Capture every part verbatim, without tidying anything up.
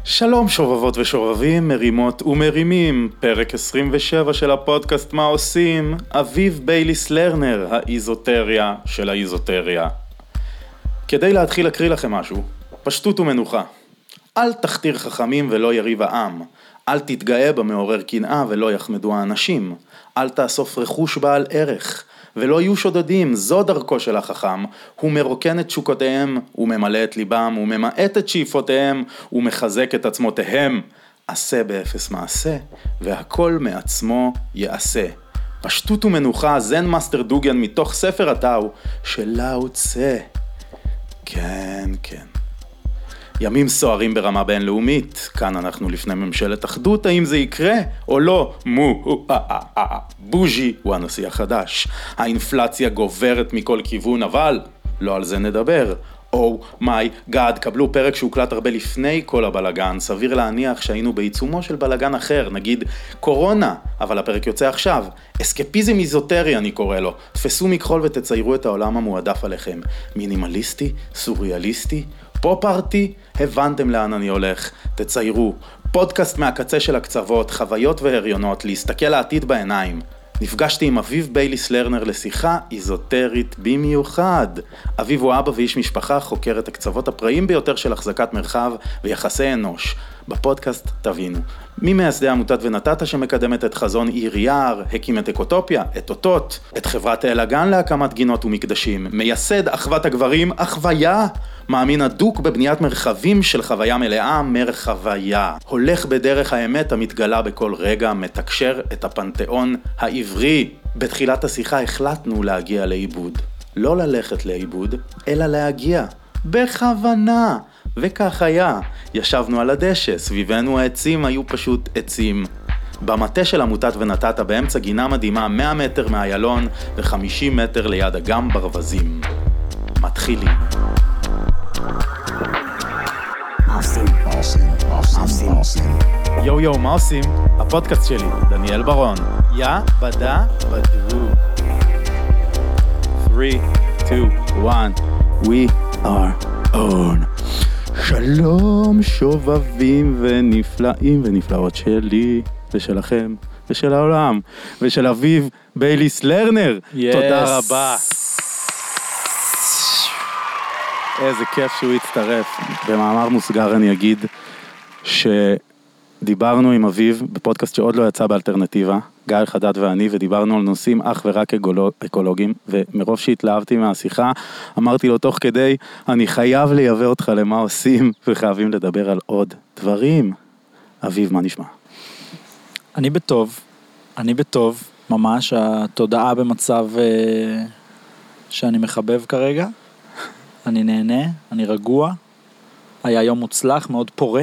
שלום שובבות ושובבים, מרימות ומרימים, פרק עשרים ושבע של הפודקאסט מה עושים, אביב בייליס לרנר, האיזוטריה של האיזוטריה. כדי להתחיל להקריא לכם משהו, פשטות ומנוחה. אל תכתיר חכמים ולא יריב העם, אל תתגאה במעורר קנאה ולא יחמדו האנשים, אל תאסוף רכוש בעל ערך, ולא יהיו שודדים, זו דרכו של החכם, הוא מרוקן את שוקותיהם, הוא ממלא את ליבם, הוא ממעט את שאיפותיהם, הוא מחזק את עצמותיהם, עשה באפס מעשה, והכל מעצמו יעשה. פשטות ומנוחה, זן מאסטר דוגן מתוך ספר הטאו, שלאו צה. כן, כן. ימים סוערים ברמה בינלאומית, כאן אנחנו לפני ממשלת אחדות, האם זה יקרה או לא? מו, אה, אה, אה, בוז'י הוא הנשיא החדש. האינפלציה גוברת מכל כיוון, אבל לא על זה נדבר. או מיי גאד, קבלו פרק שהוקלט הרבה לפני כל הבלגן, סביר להניח שהיינו בעיצומו של בלגן אחר, נגיד קורונה, אבל הפרק יוצא עכשיו. אסקפיזם איזוטרי אני קורא לו. תפסו מכחול ותציירו את העולם המועדף עליכם. מינימליסטי, סוריאליסטי, פופ-ארטי, הבנתם לאן אני הולך, תציירו, פודקאסט מהקצה של הקצוות, חוויות והריונות, להסתכל לעתיד בעיניים. נפגשתי עם אביב בייליס לרנר לשיחה איזוטרית במיוחד. אביב הוא אבא ואיש משפחה, חוקר את הקצוות הפראיים ביותר של החזקת מרחב ויחסי אנוש. בפודקאסט תבינו, מי מייסדי עמותת ונתתה שמקדמת את חזון עיר יער, הקים את אקוטופיה, את אותות, את חברת אלגן להקמת גינות ומקדשים, מייסד אחוות הגברים, אחוויה, מאמין הדוק בבניית מרחבים של חוויה מלאה, מרחוויה. הולך בדרך האמת המתגלה בכל רגע, מתקשר את הפנתיאון העברי. בתחילת השיחה החלטנו להגיע לאיבוד. לא ללכת לאיבוד, אלא להגיע. בכוונה. וכך היה. ישבנו על הדשא, סביבנו העצים היו פשוט עצים. במטה של עמותת ונתתה באמצע גינה מדהימה, מאה מטר מהילון ו-חמישים מטר ליד אגם ברווזים. מתחילים. מה עושים? מה עושים? מה עושים? מה עושים? יו יו, מה עושים? הפודקאסט שלי, דניאל ברון. יא בדה בדו. three, two, one, we are on. שלום שובבים ונפלאים ונפלאות שלי ושלכם ושל העולם ושל אביב בייליס לרנר. Yes. תודה רבה. איזה כיף שהוא יצטרף. במאמר מוסגר אני אגיד שדיברנו עם אביב בפודקאסט שעוד לא יצא באלטרנטיבה, גיא חדד ואני, ודיברנו על נושאים אך ורק אקולוגיים, ומרוב שהתלהבתי מהשיחה, אמרתי לו תוך כדי, אני חייב לייבא אותך למה עושים, וחייבים לדבר על עוד דברים. אביב, מה נשמע? אני בטוב, אני בטוב, ממש, התודעה במצב שאני מחבב כרגע, אני נהנה, אני רגוע, היה יום מוצלח, מאוד פורה,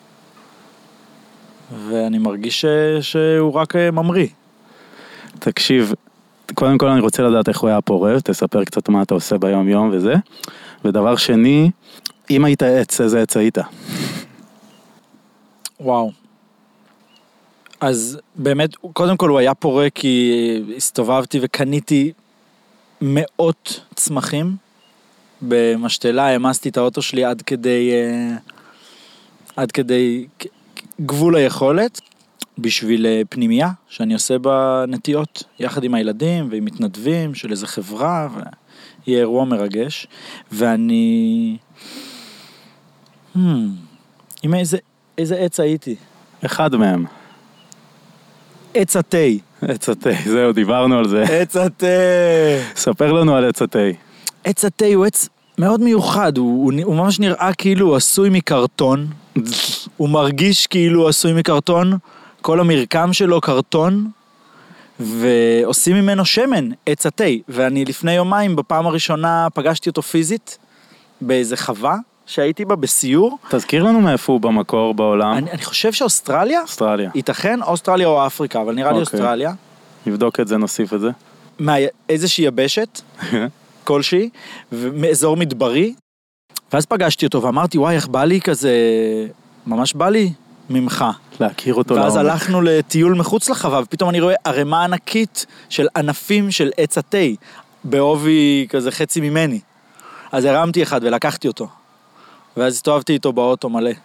ואני מרגיש ש... שהוא רק ממריא. תקשיב, קודם כל אני רוצה לדעת איך הוא היה פורה, תספר קצת מה אתה עושה ביום יום וזה, ודבר שני, אם היית עץ, איזה עץ היית? וואו. אז באמת, קודם כל הוא היה פורה כי הסתובבתי וקניתי מאות צמחים, במשתלה, העמסתי את האוטו שלי עד כדי, עד כדי גבול היכולת, בשביל פנימיה שאני עושה בנטיות, יחד עם הילדים ועם מתנדבים של איזה חברה, ויהיה אירוע מרגש, ואני, hmm, עם איזה, איזה עץ הייתי? אחד מהם. עץ התי. עץ התי, זהו, דיברנו על זה. עץ התי. ספר לנו על עץ התי. עץ התי הוא עץ מאוד מיוחד, הוא, הוא, הוא ממש נראה כאילו הוא עשוי מקרטון, הוא מרגיש כאילו הוא עשוי מקרטון, כל המרקם שלו קרטון, ועושים ממנו שמן, עץ התי, ואני לפני יומיים בפעם הראשונה פגשתי אותו פיזית, באיזה חווה שהייתי בה בסיור. תזכיר לנו מאיפה הוא במקור בעולם. אני, אני חושב שאוסטרליה, אוסטרליה. ייתכן אוסטרליה או אפריקה, אבל נראה לי אוסטרליה. נבדוק את זה, נוסיף את זה. מה, איזושהי יבשת? כלשהי, מאזור מדברי, ואז פגשתי אותו ואמרתי, וואי, איך בא לי כזה, ממש בא לי ממך. להכיר אותו ואז לעומק. הלכנו לטיול מחוץ לחווה, ופתאום אני רואה ערימה ענקית של ענפים של עץ התי, בעובי כזה חצי ממני. אז הרמתי אחד ולקחתי אותו. ואז הסתובבתי איתו באוטו מלא.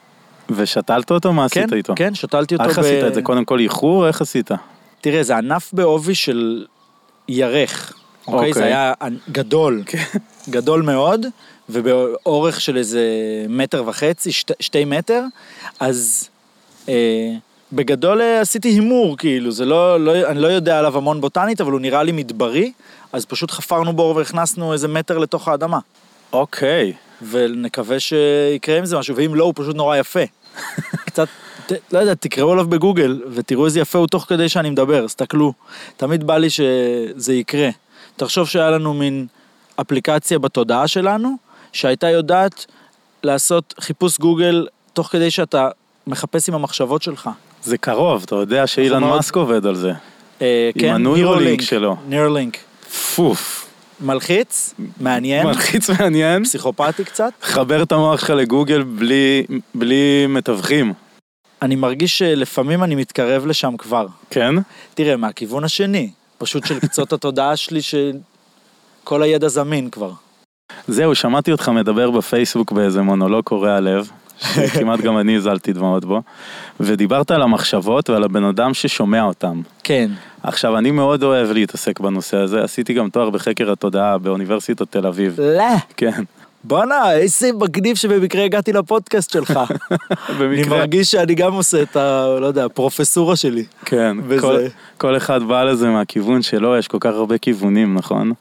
ושתלת אותו? מה עשית כן, איתו? כן, שתלתי אותו. איך ב... עשית את זה? קודם כל איחור? איך עשית? תראה, זה ענף בעובי של ירך. אוקיי? אוקיי. זה היה גדול. גדול מאוד, ובאורך של איזה מטר וחצי, שת, שתי מטר, אז אה, בגדול אה, עשיתי הימור, כאילו, זה לא, לא, אני לא יודע עליו המון בוטנית, אבל הוא נראה לי מדברי, אז פשוט חפרנו בור והכנסנו איזה מטר לתוך האדמה. אוקיי. ונקווה שיקרה עם זה משהו, ואם לא, הוא פשוט נורא יפה. קצת, ת, לא יודע, תקראו עליו בגוגל, ותראו איזה יפה הוא תוך כדי שאני מדבר, סתכלו. תמיד בא לי שזה יקרה. תחשוב שהיה לנו מין אפליקציה בתודעה שלנו, שהייתה יודעת לעשות חיפוש גוגל תוך כדי שאתה מחפש עם המחשבות שלך. זה קרוב, אתה יודע שאילן מאוד... מאסק עובד על זה. אה, עם כן, הנוירולינק שלו. ניורלינק. פוף. מלחיץ, מעניין. מלחיץ מעניין. פסיכופתי קצת. חבר את המוח שלך לגוגל בלי, בלי מתווכים. אני מרגיש שלפעמים אני מתקרב לשם כבר. כן? תראה, מהכיוון השני. פשוט של קצות התודעה שלי שכל הידע זמין כבר. זהו, שמעתי אותך מדבר בפייסבוק באיזה מונולוג קורע לב, שכמעט גם אני הזלתי דמעות בו, ודיברת על המחשבות ועל הבן אדם ששומע אותם. כן. עכשיו, אני מאוד אוהב להתעסק בנושא הזה, עשיתי גם תואר בחקר התודעה באוניברסיטת תל אביב. לא. כן. בוא'נה, איזה מגניב שבמקרה הגעתי לפודקאסט שלך. במקרה. אני מרגיש שאני גם עושה את ה, לא יודע, הפרופסורה שלי. כן, כל, כל אחד בא לזה מהכיוון שלו, יש כל כך הרבה כיוונים, נכון?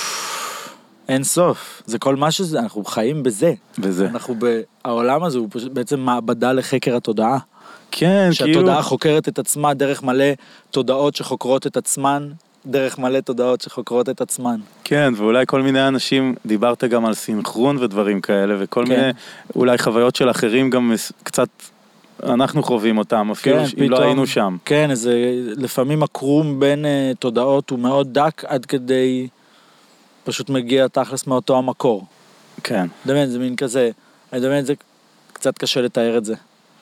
אין סוף, זה כל מה שזה, אנחנו חיים בזה. בזה. אנחנו בעולם הזה, הוא בעצם מעבדה לחקר התודעה. כן, כאילו... שהתודעה חוקרת את עצמה דרך מלא תודעות שחוקרות את עצמן, דרך מלא תודעות שחוקרות את עצמן. כן, ואולי כל מיני אנשים, דיברת גם על סינכרון ודברים כאלה, וכל כן. מיני, אולי חוויות של אחרים גם קצת, אנחנו חווים אותם, אפילו כן, אם פתאום, לא היינו שם. כן, זה, לפעמים הקרום בין uh, תודעות הוא מאוד דק, עד כדי פשוט מגיע תכלס מאותו המקור. כן. דמיין, זה מין כזה, אני דמיין, זה קצת קשה לתאר את זה.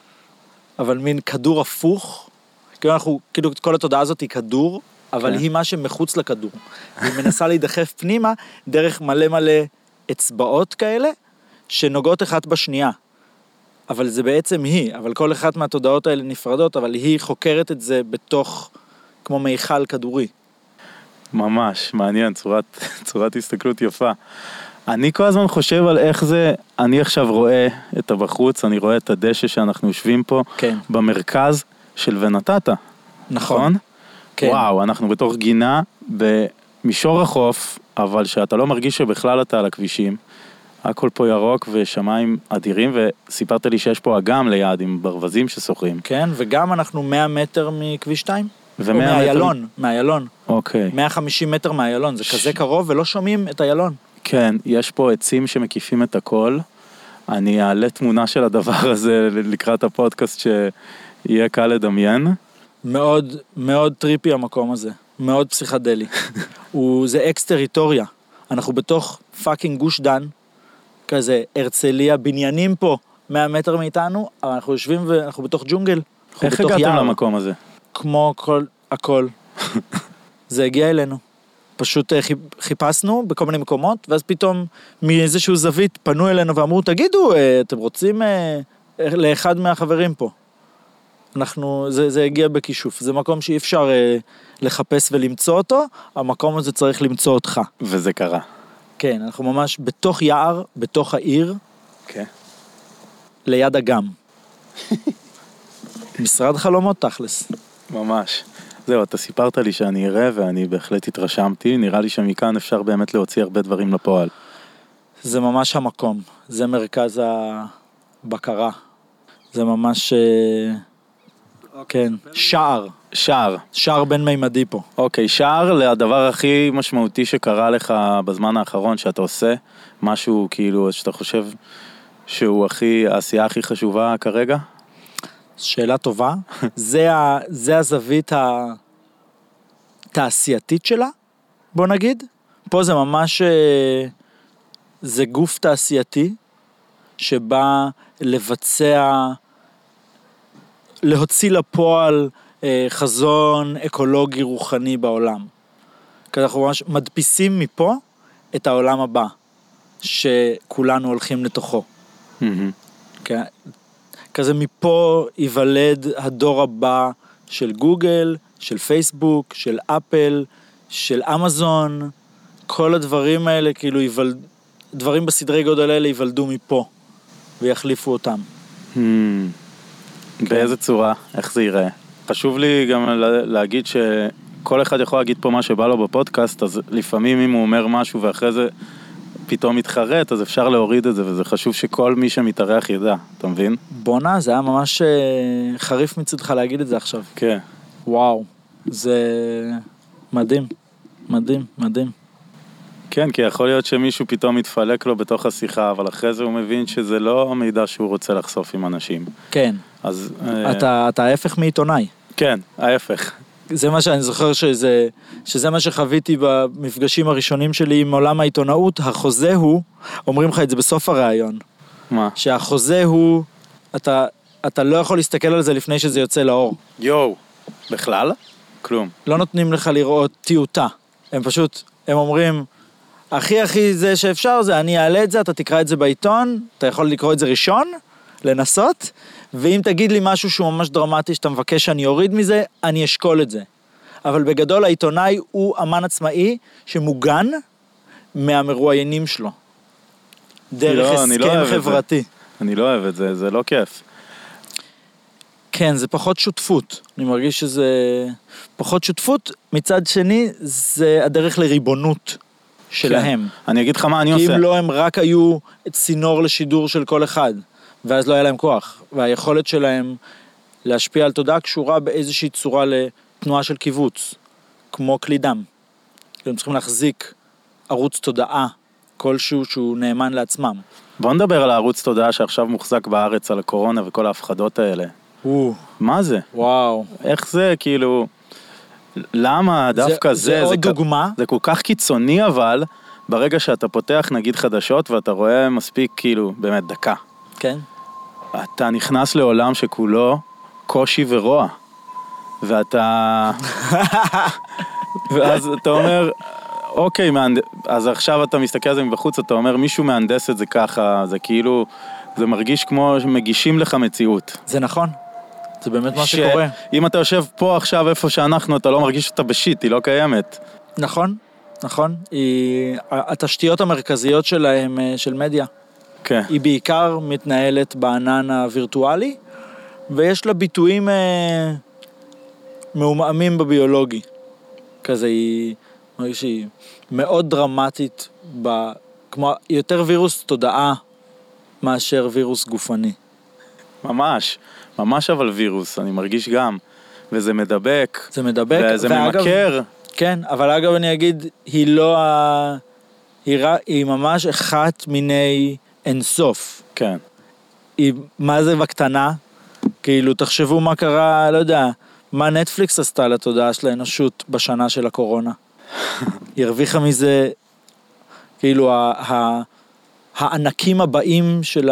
אבל מין כדור הפוך, כאילו אנחנו, כאילו כל התודעה הזאת היא כדור, אבל כן. היא מה שמחוץ לכדור. היא מנסה להידחף פנימה דרך מלא מלא אצבעות כאלה, שנוגעות אחת בשנייה. אבל זה בעצם היא, אבל כל אחת מהתודעות האלה נפרדות, אבל היא חוקרת את זה בתוך, כמו מיכל כדורי. ממש, מעניין, צורת, צורת הסתכלות יפה. אני כל הזמן חושב על איך זה, אני עכשיו רואה את הבחוץ, אני רואה את הדשא שאנחנו יושבים פה, כן. במרכז של ונתתה. נכון? כן. וואו, אנחנו בתוך גינה במישור החוף, אבל שאתה לא מרגיש שבכלל אתה על הכבישים, הכל פה ירוק ושמיים אדירים, וסיפרת לי שיש פה אגם ליד עם ברווזים ששוחים. כן, וגם אנחנו מאה מטר מכביש שתיים. ומאה או מטר... מהילון, מהילון. אוקיי. מאה וחמישים מטר מהילון, זה כזה קרוב ולא שומעים את הילון. כן, יש פה עצים שמקיפים את הכל. אני אעלה תמונה של הדבר הזה לקראת הפודקאסט שיהיה קל לדמיין. מאוד, מאוד טריפי המקום הזה. מאוד פסיכדלי. הוא, זה אקס-טריטוריה. אנחנו בתוך פאקינג גוש דן, כזה הרצליה, בניינים פה, מאה מטר מאיתנו, אבל אנחנו יושבים ואנחנו בתוך ג'ונגל. איך הגעתם למקום הזה? כמו כל, הכל. זה הגיע אלינו. פשוט חיפשנו בכל מיני מקומות, ואז פתאום מאיזשהו זווית פנו אלינו ואמרו, תגידו, אתם רוצים לאחד מהחברים פה. אנחנו, זה, זה הגיע בכישוף. זה מקום שאי אפשר לחפש ולמצוא אותו, המקום הזה צריך למצוא אותך. וזה קרה. כן, אנחנו ממש בתוך יער, בתוך העיר, כן. ליד אגם. משרד חלומות תכלס. ממש. זהו, אתה סיפרת לי שאני אראה ואני בהחלט התרשמתי, נראה לי שמכאן אפשר באמת להוציא הרבה דברים לפועל. זה ממש המקום, זה מרכז הבקרה. זה ממש, כן, שער. שער. שער בין מימדי פה. אוקיי, שער לדבר הכי משמעותי שקרה לך בזמן האחרון, שאתה עושה משהו כאילו, שאתה חושב שהוא הכי, העשייה הכי חשובה כרגע? שאלה טובה. זה, ה, זה הזווית התעשייתית שלה, בוא נגיד. פה זה ממש, זה גוף תעשייתי, שבא לבצע, להוציא לפועל חזון אקולוגי רוחני בעולם. כי אנחנו ממש מדפיסים מפה את העולם הבא, שכולנו הולכים לתוכו. Mm-hmm. כן. כזה מפה ייוולד הדור הבא של גוגל, של פייסבוק, של אפל, של אמזון, כל הדברים האלה, כאילו, יוולד, דברים בסדרי גודל האלה ייוולדו מפה, ויחליפו אותם. Hmm. באיזה צורה? איך זה ייראה? חשוב לי גם להגיד שכל אחד יכול להגיד פה מה שבא לו בפודקאסט, אז לפעמים אם הוא אומר משהו ואחרי זה פתאום מתחרט, אז אפשר להוריד את זה, וזה חשוב שכל מי שמתארח ידע, אתה מבין? בונה, זה היה ממש חריף מצדך להגיד את זה עכשיו. כן. וואו, זה מדהים, מדהים, מדהים. כן, כי יכול להיות שמישהו פתאום מתפלק לו בתוך השיחה, אבל אחרי זה הוא מבין שזה לא המידע שהוא רוצה לחשוף עם אנשים. כן. אז... אתה, אתה ההפך מעיתונאי. כן, ההפך. זה מה שאני זוכר שזה, שזה מה שחוויתי במפגשים הראשונים שלי עם עולם העיתונאות. החוזה הוא, אומרים לך את זה בסוף הראיון. מה? שהחוזה הוא, אתה, אתה לא יכול להסתכל על זה לפני שזה יוצא לאור. יואו, בכלל? כלום. לא נותנים לך לראות טיוטה. הם פשוט, הם אומרים, הכי הכי זה שאפשר זה, אני אעלה את זה, אתה תקרא את זה בעיתון, אתה יכול לקרוא את זה ראשון, לנסות, ואם תגיד לי משהו שהוא ממש דרמטי, שאתה מבקש שאני אוריד מזה, אני אשקול את זה. אבל בגדול העיתונאי הוא אמן עצמאי שמוגן מהמרואיינים שלו. דרך לא, אני לא הסכם אוהב חברתי. את זה. אני לא אוהב את זה, זה לא כיף. כן, זה פחות שותפות. אני מרגיש שזה פחות שותפות, מצד שני זה הדרך לריבונות שלהם. כן. אני אגיד לך מה אני כי עושה. אם לא הם רק היו צינור לשידור של כל אחד, ואז לא היה להם כוח. והיכולת שלהם להשפיע על תודעה קשורה באיזושהי צורה לתנועה של קיבוץ, כמו כלי דם. הם צריכים להחזיק ערוץ תודעה כלשהו שהוא נאמן לעצמם. בוא נדבר על הערוץ תודעה שעכשיו מוחזק בארץ על הקורונה וכל ההפחדות האלה. או, מה זה? וואו. איך זה כאילו... למה דווקא זה? זה, זה, זה עוד כ... דוגמה. זה כל כך קיצוני אבל, ברגע שאתה פותח נגיד חדשות ואתה רואה מספיק כאילו באמת דקה. כן. אתה נכנס לעולם שכולו קושי ורוע. ואתה... ואז אתה אומר, אוקיי, מהנד... אז עכשיו אתה מסתכל על זה מבחוץ, אתה אומר, מישהו מהנדס את זה ככה, זה כאילו, זה מרגיש כמו שמגישים לך מציאות. זה נכון. זה באמת מה שקורה. אם אתה יושב פה עכשיו איפה שאנחנו, אתה לא מרגיש אותה בשיט, היא לא קיימת. נכון, נכון. היא... התשתיות המרכזיות שלהם, של מדיה. כן. היא בעיקר מתנהלת בענן הווירטואלי, ויש לה ביטויים אה, מאומאמים בביולוגי. כזה היא, מרגיש שהיא מאוד דרמטית, ב, כמו יותר וירוס תודעה מאשר וירוס גופני. ממש, ממש אבל וירוס, אני מרגיש גם, וזה מדבק. זה מדבק. וזה ואגב, ממכר. כן, אבל אגב אני אגיד, היא לא ה... היא, היא ממש אחת מיני אינסוף. כן. היא, מה זה בקטנה? כאילו, תחשבו מה קרה, לא יודע, מה נטפליקס עשתה לתודעה של האנושות בשנה של הקורונה. היא הרוויחה מזה, כאילו, ה, ה, הענקים הבאים של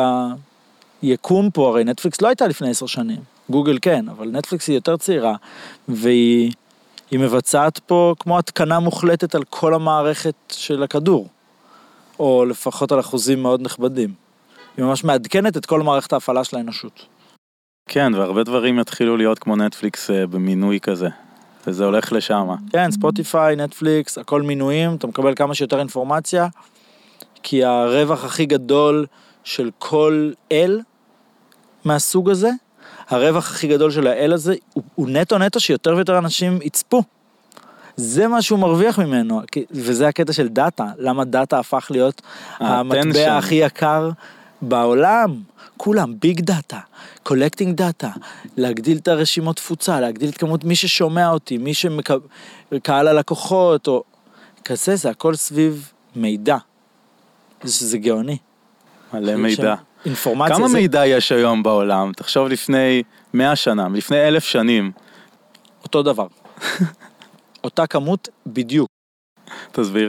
היקום פה, הרי נטפליקס לא הייתה לפני עשר שנים, גוגל כן, אבל נטפליקס היא יותר צעירה, והיא היא מבצעת פה כמו התקנה מוחלטת על כל המערכת של הכדור, או לפחות על אחוזים מאוד נכבדים. היא ממש מעדכנת את כל מערכת ההפעלה של האנושות. כן, והרבה דברים יתחילו להיות כמו נטפליקס במינוי כזה, וזה הולך לשם. כן, ספוטיפיי, נטפליקס, הכל מינויים, אתה מקבל כמה שיותר אינפורמציה, כי הרווח הכי גדול של כל אל מהסוג הזה, הרווח הכי גדול של האל הזה, הוא, הוא נטו נטו שיותר ויותר אנשים יצפו. זה מה שהוא מרוויח ממנו, וזה הקטע של דאטה, למה דאטה הפך להיות המטבע הכי יקר בעולם. כולם, ביג דאטה, קולקטינג דאטה, להגדיל את הרשימות תפוצה, להגדיל את כמות מי ששומע אותי, מי שקהל הלקוחות, או כזה, זה הכל סביב מידע. זה גאוני. מלא מידע. אינפורמציה. כמה זה... מידע יש היום בעולם? תחשוב לפני מאה שנה, לפני אלף שנים. אותו דבר. אותה כמות בדיוק. תסביר.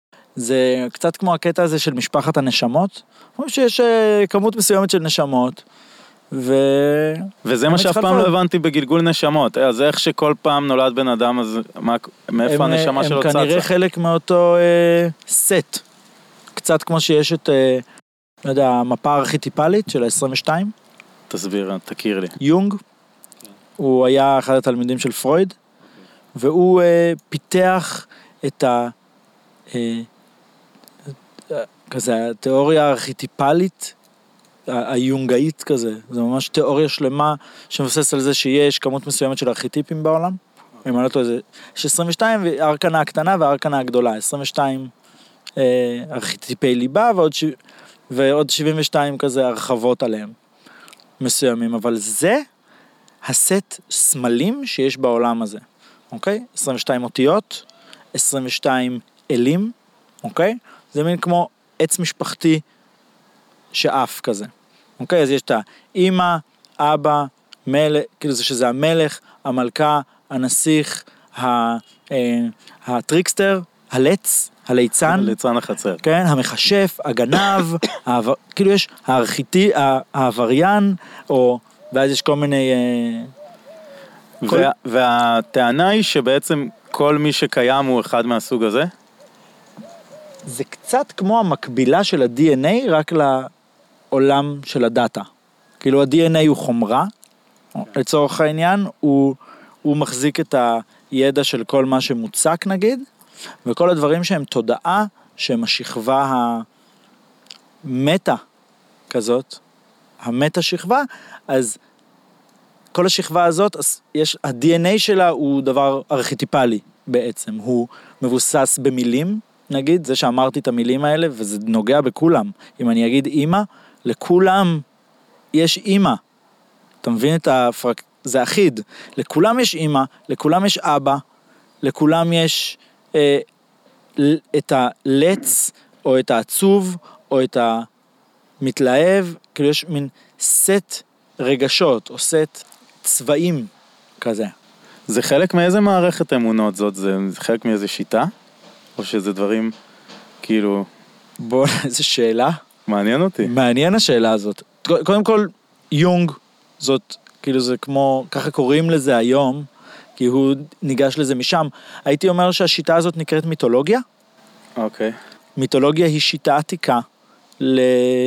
זה קצת כמו הקטע הזה של משפחת הנשמות. אומרים שיש כמות מסוימת של נשמות, ו... וזה מה שאף פעם לא הבנתי בגלגול נשמות. אז איך שכל פעם נולד בן אדם, אז מה, מאיפה הם, הנשמה שלו צצה? הם כנראה חלק מאותו אה, סט. קצת כמו שיש את, אה, לא יודע, המפה הארכיטיפלית של ה-עשרים ושתיים, תסביר, תכיר לי. יונג, הוא היה אחד התלמידים של פרויד, והוא אה, פיתח את ה... אה, כזה, התיאוריה הארכיטיפלית, היונגאית כזה, זה ממש תיאוריה שלמה שמבסס על זה שיש כמות מסוימת של ארכיטיפים בעולם. אם אני לא טועה, יש עשרים ושתיים, והארקנה הקטנה והארקנה הגדולה, עשרים ושתיים אה, ארכיטיפי ליבה, ועוד, ש... ועוד שבעים ושתיים כזה הרחבות עליהם מסוימים, אבל זה הסט סמלים שיש בעולם הזה, אוקיי? עשרים ושתיים אותיות, עשרים ושתיים אלים, אוקיי? זה מין כמו עץ משפחתי שאף כזה. אוקיי, אז יש את האמא, אבא, מלך, כאילו זה שזה המלך, המלכה, הנסיך, הטריקסטר, הלץ, הליצן. הליצן החצר. כן, המחשף, הגנב, כאילו יש הארכיטי, העבריין, או, ואז יש כל מיני... והטענה היא שבעצם כל מי שקיים הוא אחד מהסוג הזה? זה קצת כמו המקבילה של ה-די אן איי, רק לעולם של הדאטה. כאילו ה-די אן איי הוא חומרה, לצורך העניין, הוא, הוא מחזיק את הידע של כל מה שמוצק נגיד, וכל הדברים שהם תודעה, שהם השכבה המטה כזאת, המטה שכבה, אז כל השכבה הזאת, יש, ה-די אן איי שלה הוא דבר ארכיטיפלי בעצם, הוא מבוסס במילים, נגיד, זה שאמרתי את המילים האלה, וזה נוגע בכולם. אם אני אגיד אמא, לכולם יש אמא. אתה מבין את הפרק... זה אחיד. לכולם יש אמא, לכולם יש אבא, לכולם יש אה, את הלץ, או את העצוב, או את המתלהב, כאילו יש מין סט רגשות, או סט צבעים כזה. זה חלק מאיזה מערכת אמונות זאת? זה חלק מאיזה שיטה? או שזה דברים, כאילו... בוא, איזה שאלה. מעניין אותי. מעניין השאלה הזאת. קודם כל, יונג, זאת, כאילו זה כמו, ככה קוראים לזה היום, כי הוא ניגש לזה משם. הייתי אומר שהשיטה הזאת נקראת מיתולוגיה. אוקיי. מיתולוגיה היא שיטה עתיקה ל...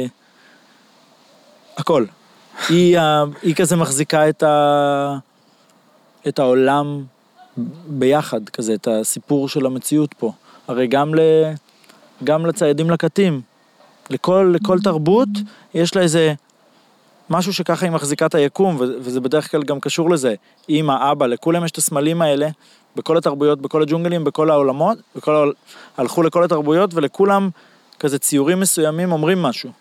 הכל. היא, היא כזה מחזיקה את ה... את העולם ביחד, כזה, את הסיפור של המציאות פה. הרי גם, ל, גם לציידים לקטים, לכל, לכל תרבות, יש לה איזה משהו שככה היא מחזיקה את היקום, וזה בדרך כלל גם קשור לזה. אמא, אבא, לכולם יש את הסמלים האלה, בכל התרבויות, בכל הג'ונגלים, בכל העולמות, בכל, הלכו לכל התרבויות, ולכולם כזה ציורים מסוימים אומרים משהו.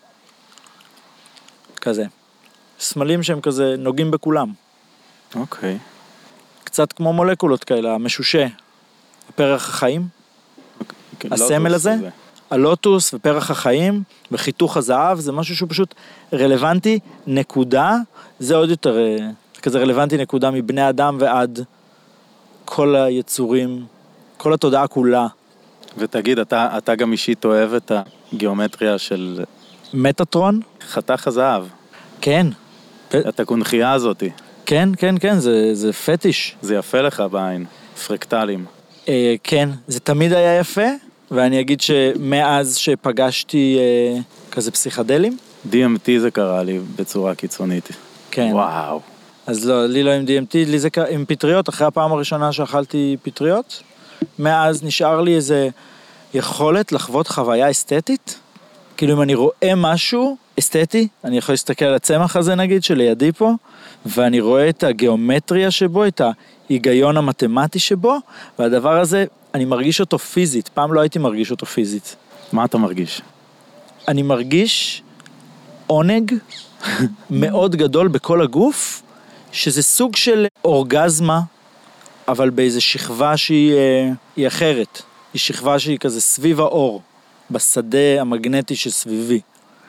כזה. סמלים שהם כזה נוגעים בכולם. אוקיי. קצת כמו מולקולות כאלה, המשושה, פרח החיים, הסמל הזה, הלוטוס ופרח החיים, וחיתוך הזהב, זה משהו שהוא פשוט רלוונטי, נקודה, זה עוד יותר, כזה רלוונטי נקודה מבני אדם ועד כל היצורים, כל התודעה כולה. ותגיד, אתה, אתה גם אישית אוהב את הגיאומטריה של... מטאטרון? חתך הזהב. כן. את הקונחייה הזאת. כן, כן, כן, זה, זה פטיש. זה יפה לך בעין, פרקטלים. אה, כן, זה תמיד היה יפה, ואני אגיד שמאז שפגשתי אה, כזה פסיכדלים. די אם טי זה קרה לי בצורה קיצונית. כן. וואו. אז לא, לי לא עם די אם טי, לי זה עם פטריות, אחרי הפעם הראשונה שאכלתי פטריות, מאז נשאר לי איזה יכולת לחוות חוויה אסתטית, כאילו אם אני רואה משהו אסתטי, אני יכול להסתכל על הצמח הזה נגיד, שלידי פה, ואני רואה את הגיאומטריה שבו, את ההיגיון המתמטי שבו, והדבר הזה, אני מרגיש אותו פיזית, פעם לא הייתי מרגיש אותו פיזית. מה אתה מרגיש? אני מרגיש עונג מאוד גדול בכל הגוף, שזה סוג של אורגזמה, אבל באיזו שכבה שהיא היא אחרת. היא שכבה שהיא כזה סביב האור, בשדה המגנטי שסביבי.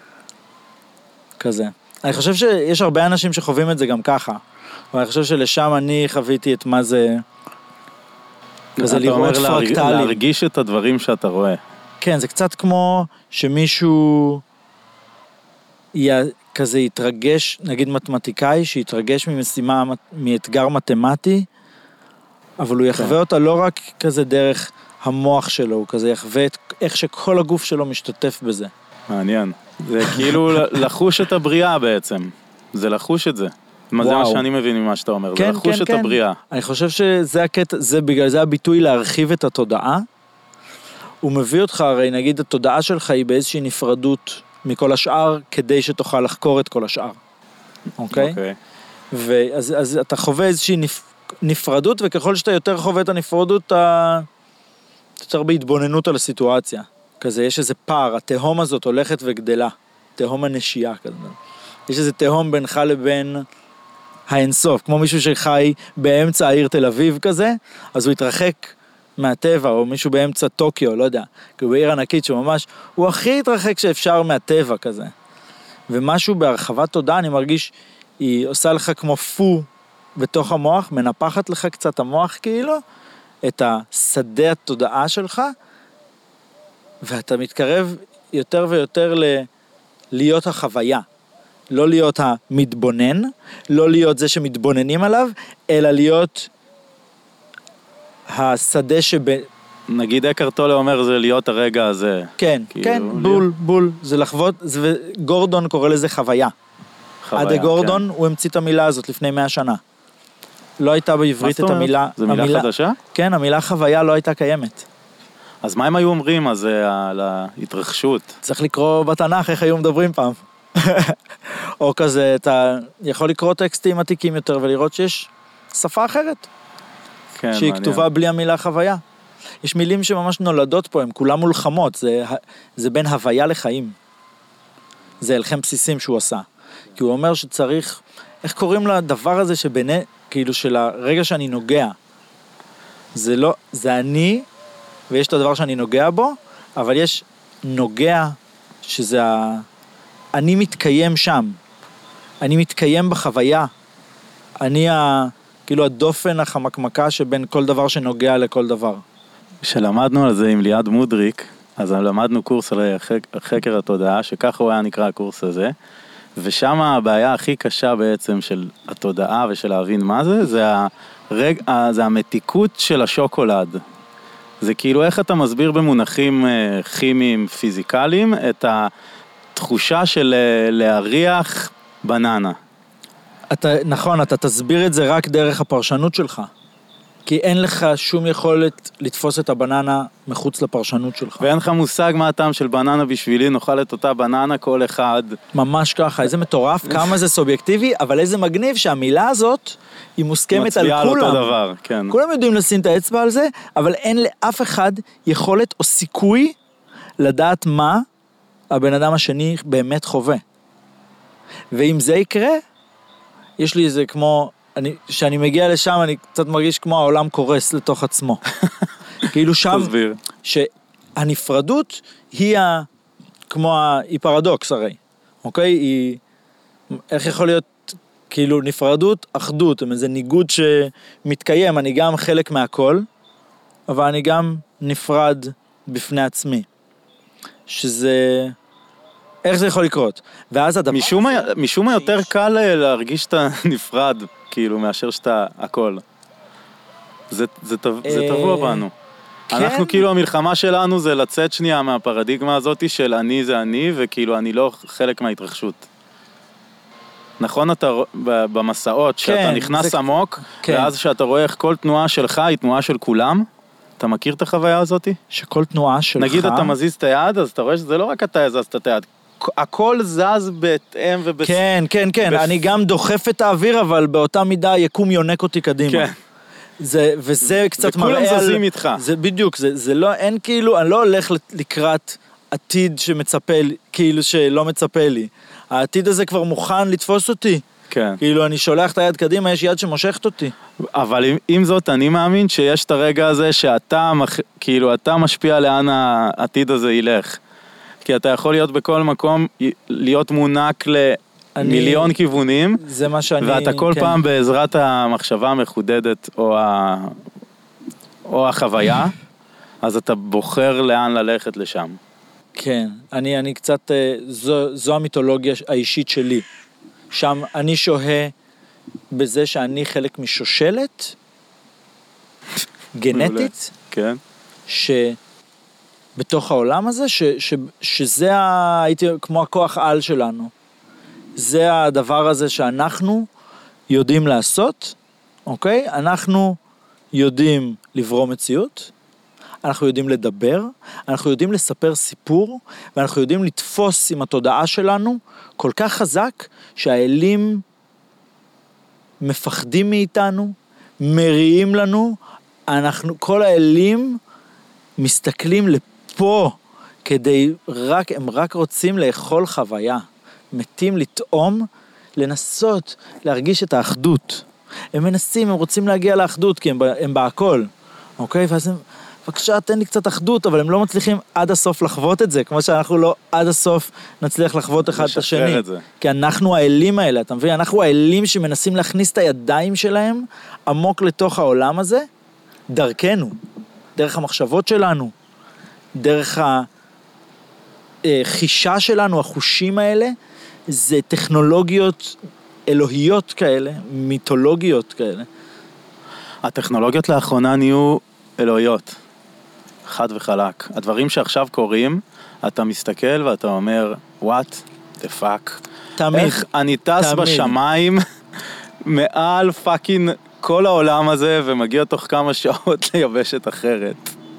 כזה. אני חושב שיש הרבה אנשים שחווים את זה גם ככה, ואני חושב שלשם אני חוויתי את מה זה, כזה לראות פרקטלים. להרגיש את הדברים שאתה רואה. כן, זה קצת כמו שמישהו כזה יתרגש, נגיד מתמטיקאי, שיתרגש ממשימה, מאתגר מתמטי, אבל הוא יחווה אותה לא רק כזה דרך המוח שלו, הוא כזה יחווה את איך שכל הגוף שלו משתתף בזה. מעניין. זה כאילו לחוש את הבריאה בעצם. זה לחוש את זה. מה זה מה שאני מבין ממה שאתה אומר, כן, זה לחוש כן, את כן. הבריאה. אני חושב שזה הקטע, זה בגלל זה הביטוי להרחיב את התודעה. הוא מביא אותך, הרי נגיד התודעה שלך היא באיזושהי נפרדות מכל השאר, כדי שתוכל לחקור את כל השאר. אוקיי? אוקיי. ואז אז אתה חווה איזושהי נפ, נפרדות, וככל שאתה יותר חווה את הנפרדות, אתה יותר בהתבוננות על הסיטואציה. כזה, יש איזה פער, התהום הזאת הולכת וגדלה. תהום הנשייה כזה. יש איזה תהום בינך לבין האינסוף, כמו מישהו שחי באמצע העיר תל אביב כזה, אז הוא יתרחק מהטבע, או מישהו באמצע טוקיו, לא יודע, כי הוא בעיר ענקית שממש, הוא הכי יתרחק שאפשר מהטבע כזה. ומשהו בהרחבת תודעה, אני מרגיש, היא עושה לך כמו פו בתוך המוח, מנפחת לך קצת המוח כאילו, את השדה התודעה שלך, ואתה מתקרב יותר ויותר ל... להיות החוויה. לא להיות המתבונן, לא להיות זה שמתבוננים עליו, אלא להיות השדה שב... נגיד אקהרט טולה אומר זה להיות הרגע הזה. כן, כאילו, כן, להיות... בול, בול. זה לחוות, זה... גורדון קורא לזה חוויה. חוויה, עד גורדון כן. הוא המציא את המילה הזאת לפני מאה שנה. לא הייתה בעברית את המילה... זה מילה המילה... חדשה? כן, המילה חוויה לא הייתה קיימת. אז מה הם היו אומרים אז על ההתרחשות? צריך לקרוא בתנ"ך איך היו מדברים פעם. או כזה, אתה יכול לקרוא טקסטים עתיקים יותר ולראות שיש שפה אחרת. כן, שהיא מעניין. כתובה בלי המילה חוויה. יש מילים שממש נולדות פה, הן כולם מולחמות, זה, זה בין הוויה לחיים. זה הלחם בסיסים שהוא עשה. כי הוא אומר שצריך, איך קוראים לדבר הזה שביני, כאילו של הרגע שאני נוגע, זה לא, זה אני, ויש את הדבר שאני נוגע בו, אבל יש נוגע, שזה ה... אני מתקיים שם. אני מתקיים בחוויה. אני ה... כאילו הדופן החמקמקה שבין כל דבר שנוגע לכל דבר. כשלמדנו על זה עם ליעד מודריק, אז למדנו קורס על חקר התודעה, שככה הוא היה נקרא הקורס הזה, ושם הבעיה הכי קשה בעצם של התודעה ושל להבין מה זה, זה, הרג... זה המתיקות של השוקולד. זה כאילו איך אתה מסביר במונחים כימיים פיזיקליים את התחושה של להריח בננה. אתה, נכון, אתה תסביר את זה רק דרך הפרשנות שלך. כי אין לך שום יכולת לתפוס את הבננה מחוץ לפרשנות שלך. ואין לך מושג מה הטעם של בננה בשבילי, נאכל את אותה בננה כל אחד. ממש ככה, איזה מטורף, כמה זה סובייקטיבי, אבל איזה מגניב שהמילה הזאת היא מוסכמת על כולם. מצביעה על אותו דבר, כן. כולם יודעים לשים את האצבע על זה, אבל אין לאף אחד יכולת או סיכוי לדעת מה הבן אדם השני באמת חווה. ואם זה יקרה, יש לי איזה כמו... אני, כשאני מגיע לשם, אני קצת מרגיש כמו העולם קורס לתוך עצמו. כאילו שם, תסביר. שהנפרדות היא ה, כמו ה, היא פרדוקס הרי, אוקיי? היא, איך יכול להיות, כאילו נפרדות, אחדות, איזה ניגוד שמתקיים, אני גם חלק מהכל, אבל אני גם נפרד בפני עצמי. שזה... איך זה יכול לקרות? ואז הדבר... משום מה, משום מה יותר קל להרגיש שאתה נפרד, כאילו, מאשר שאתה הכל. זה, זה, זה טבוע בנו. אנחנו כאילו, המלחמה שלנו זה לצאת שנייה מהפרדיגמה הזאת של אני זה אני, וכאילו אני לא חלק מההתרחשות. נכון, אתה במסעות, שאתה נכנס עמוק, ואז שאתה רואה איך כל תנועה שלך היא תנועה של כולם, אתה מכיר את החוויה הזאת? שכל תנועה שלך... נגיד אתה מזיז את היד, אז אתה רואה שזה לא רק אתה הזזת את היד, הכל זז בהתאם ובס... כן, כן, כן, בפ... אני גם דוחף את האוויר, אבל באותה מידה יקום יונק אותי קדימה. כן. זה, וזה קצת מראה על... וכולם זזים איתך. זה בדיוק, זה, זה לא, אין כאילו, אני לא הולך לקראת עתיד שמצפה לי, כאילו שלא מצפה לי. העתיד הזה כבר מוכן לתפוס אותי. כן. כאילו אני שולח את היד קדימה, יש יד שמושכת אותי. אבל עם, עם זאת, אני מאמין שיש את הרגע הזה שאתה, כאילו, אתה משפיע לאן העתיד הזה ילך. כי אתה יכול להיות בכל מקום, להיות מונק למיליון אני, כיוונים, זה מה שאני... ואתה כל כן. פעם בעזרת המחשבה המחודדת, או, ה, או החוויה, אז אתה בוחר לאן ללכת לשם. כן, אני, אני קצת, זו, זו המיתולוגיה האישית שלי. שם אני שוהה בזה שאני חלק משושלת, גנטית, כן. שבתוך העולם הזה, ש, ש, שזה ה, הייתי כמו הכוח על שלנו. זה הדבר הזה שאנחנו יודעים לעשות, אוקיי? אנחנו יודעים לברוא מציאות, אנחנו יודעים לדבר, אנחנו יודעים לספר סיפור, ואנחנו יודעים לתפוס עם התודעה שלנו כל כך חזק שהאלים מפחדים מאיתנו, מריעים לנו, אנחנו, כל האלים מסתכלים לפה כדי, רק, הם רק רוצים לאכול חוויה, מתים לטעום, לנסות להרגיש את האחדות. הם מנסים, הם רוצים להגיע לאחדות, כי הם, הם בהכל, אוקיי? ואז הם, בבקשה, תן לי קצת אחדות, אבל הם לא מצליחים עד הסוף לחוות את זה, כמו שאנחנו לא עד הסוף נצליח לחוות אחד את השני. את כי אנחנו האלים האלה, אתה מבין? אנחנו האלים שמנסים להכניס את הידיים שלהם עמוק לתוך העולם הזה, דרכנו, דרך המחשבות שלנו, דרך החישה שלנו, החושים האלה, זה טכנולוגיות אלוהיות כאלה, מיתולוגיות כאלה. הטכנולוגיות לאחרונה נהיו אלוהיות, חד וחלק. הדברים שעכשיו קורים, אתה מסתכל ואתה אומר, what the fuck? תמיד. איך אני טס תמיד. בשמיים מעל פאקינג כל העולם הזה, ומגיע תוך כמה שעות ליבשת אחרת.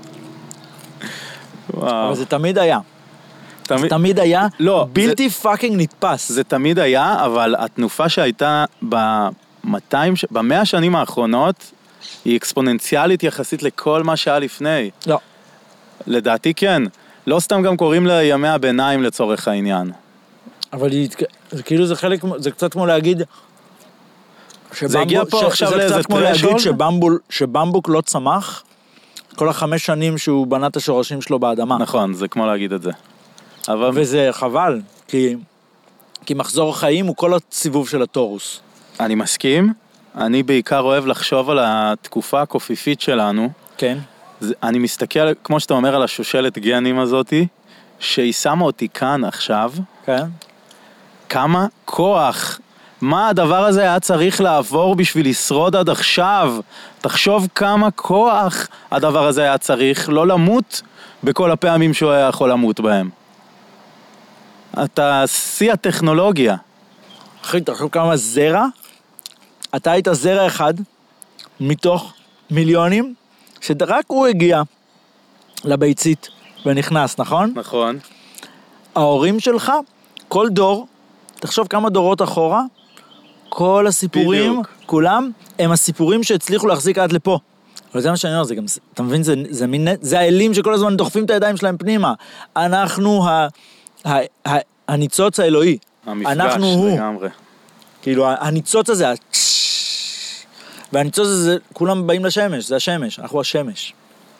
וואו. אבל זה תמיד היה. תמיד... זה תמיד היה לא, בלתי זה... פאקינג נתפס. זה תמיד היה, אבל התנופה שהייתה ב-מאתיים, ב-מאה השנים האחרונות, היא אקספוננציאלית יחסית לכל מה שהיה לפני. לא. לדעתי כן. לא סתם גם קוראים לה ימי הביניים לצורך העניין. אבל זה כאילו זה חלק, זה קצת כמו להגיד, זה הגיע פה עכשיו לאיזה טרשול? זה קצת כמו להגיד שבמבול, שבמבוק לא צמח, כל החמש שנים שהוא בנה את השורשים שלו באדמה. נכון, זה כמו להגיד את זה. אבל... וזה חבל, כי, כי מחזור החיים הוא כל הסיבוב של התורוס. אני מסכים, אני בעיקר אוהב לחשוב על התקופה הקופיפית שלנו. כן. זה, אני מסתכל, כמו שאתה אומר, על השושלת גנים הזאתי, שהיא שמה אותי כאן עכשיו. כן. כמה כוח, מה הדבר הזה היה צריך לעבור בשביל לשרוד עד עכשיו? תחשוב כמה כוח הדבר הזה היה צריך לא למות בכל הפעמים שהוא היה יכול למות בהם. אתה שיא הטכנולוגיה. אחי, תחשוב כמה זרע, אתה היית זרע אחד מתוך מיליונים, שרק הוא הגיע לביצית ונכנס, נכון? נכון. ההורים שלך, כל דור, תחשוב כמה דורות אחורה, כל הסיפורים, בדיוק. כולם, הם הסיפורים שהצליחו להחזיק עד לפה. אבל זה מה שאני אומר, זה גם, אתה מבין, זה, זה, מין, זה האלים שכל הזמן דוחפים את הידיים שלהם פנימה. אנחנו ה, ה, ה, הניצוץ האלוהי. המפגש, אנחנו הוא. לגמרי. כאילו, הניצוץ הזה, והניצוץ הזה, כולם באים לשמש, זה השמש, אנחנו השמש.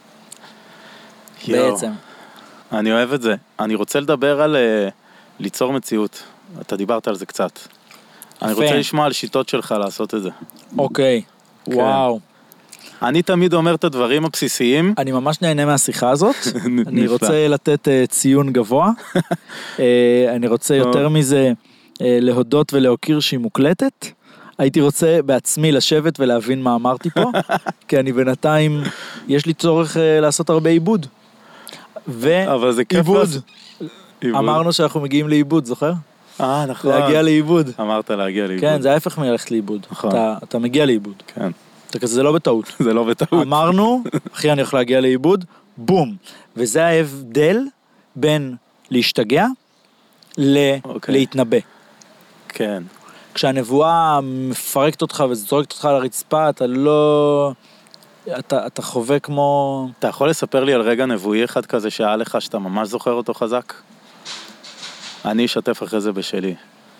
יו. בעצם. אני אוהב את זה. אני רוצה לדבר על uh, ליצור מציאות. אתה דיברת על זה קצת. אני רוצה לשמוע על שיטות שלך לעשות את זה. אוקיי, כן. וואו. אני תמיד אומר את הדברים הבסיסיים. אני ממש נהנה מהשיחה הזאת. אני רוצה לתת uh, ציון גבוה. uh, אני רוצה יותר מזה uh, להודות ולהוקיר שהיא מוקלטת. הייתי רוצה בעצמי לשבת ולהבין מה אמרתי פה, כי אני בינתיים, יש לי צורך uh, לעשות הרבה עיבוד. ועיבוד. אמרנו שאנחנו מגיעים לעיבוד, זוכר? אה, נכון. להגיע לעיבוד. אמרת להגיע לעיבוד. כן, זה ההפך מלכת לעיבוד. נכון. אתה, אתה מגיע לעיבוד. כן. אתה כזה, זה לא בטעות. זה לא בטעות. אמרנו, אחי, אני הולך להגיע לעיבוד, בום. וזה ההבדל בין להשתגע להתנבא. כן. כשהנבואה מפרקת אותך וזורקת אותך על הרצפה, אתה לא... אתה, אתה חווה כמו... אתה יכול לספר לי על רגע נבואי אחד כזה שהיה לך שאתה ממש זוכר אותו חזק? אני אשתף אחרי זה בשלי.